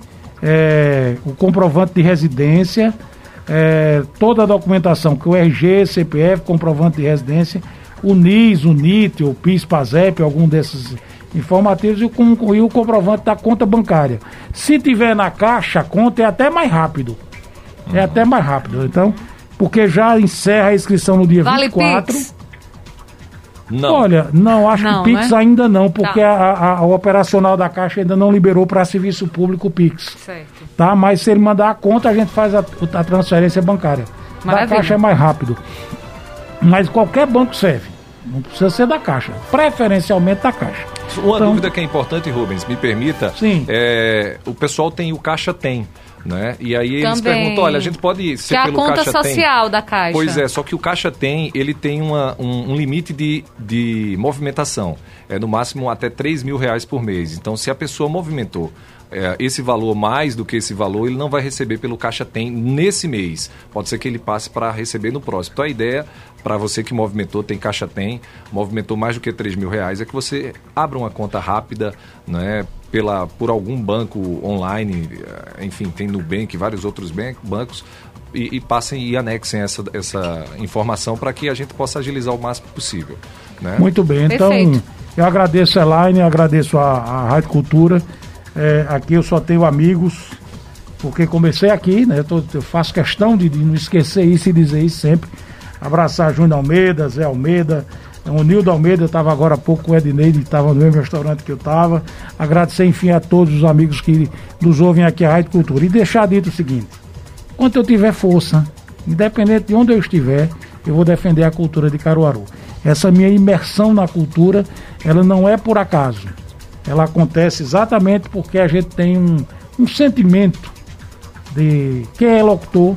o comprovante de residência, toda a documentação, que o RG, CPF, comprovante de residência, o NIS, o NIT, o PIS, PASEP, algum desses informativos, e o comprovante da conta bancária. Se tiver na caixa, a conta é até mais rápido. É até mais rápido. Então, porque já encerra a inscrição no dia 24. Pix? Não. Olha, não, acho que Pix, né? Ainda não, porque tá. a operacional da Caixa ainda não liberou para serviço público o Pix. Certo. Tá? Mas se ele mandar a conta, a gente faz a transferência bancária. Maravilha. Da Caixa é mais rápido. Mas qualquer banco serve. Não precisa ser da Caixa. Preferencialmente da Caixa. Uma dúvida que é importante, Rubens, me permita. Sim. O pessoal tem o Caixa Tem, né? E aí eles Também. perguntam, olha, a gente pode ser Que é a pelo conta Caixa social Tem? da Caixa. Pois é, só que o Caixa Tem, ele tem um limite de movimentação. É no máximo até R$3.000 por mês. Então, se a pessoa movimentou esse valor mais do que esse valor, ele não vai receber pelo Caixa Tem nesse mês. Pode ser que ele passe para receber no próximo. Então, a ideia, para você que movimentou, tem Caixa Tem, movimentou mais do que R$3.000, é que você abra uma conta rápida, né, por algum banco online, enfim, tem Nubank, vários outros bancos, e passem e anexem essa informação para que a gente possa agilizar o máximo possível. Né? Muito bem, então Perfeito. eu agradeço a Elaine, agradeço a Rádio Cultura. Aqui eu só tenho amigos, porque comecei aqui, né? Eu faço questão de não esquecer isso e dizer isso sempre. Abraçar Júnior Almeida, Zé Almeida, o Nildo Almeida, eu estava agora há pouco com o Ednei, estava no mesmo restaurante que eu estava. Agradecer, enfim, a todos os amigos que nos ouvem aqui a Rádio Cultura. E deixar dito o seguinte: enquanto eu tiver força, independente de onde eu estiver, eu vou defender a cultura de Caruaru. Essa minha imersão na cultura, ela não é por acaso. Ela acontece exatamente porque a gente tem um sentimento de quem é locutor,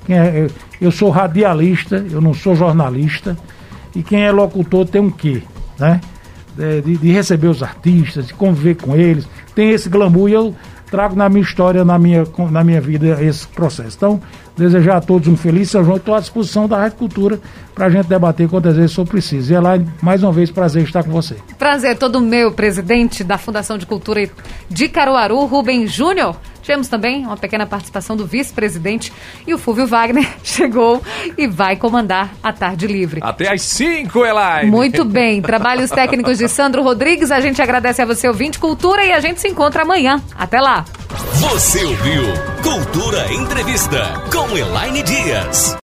eu sou radialista, eu não sou jornalista, e quem é locutor tem um quê, né? De receber os artistas, de conviver com eles, tem esse glamour, e eu trago na minha história, na minha vida, esse processo. Então, desejar a todos um feliz São João. Estou à disposição da Rádio Cultura para a gente debater quantas vezes for preciso. E Elaine, mais uma vez, prazer estar com você. Prazer todo meu, presidente da Fundação de Cultura de Caruaru, Rubens Júnior. Tivemos também uma pequena participação do vice-presidente, e o Fúvio Wagner chegou e vai comandar a Tarde Livre. Até às 5, Elaine! Muito bem. Trabalhos técnicos de Sandro Rodrigues. A gente agradece a você, ouvinte Cultura, e a gente se encontra amanhã. Até lá! Você ouviu Cultura Entrevista com Elaine Dias.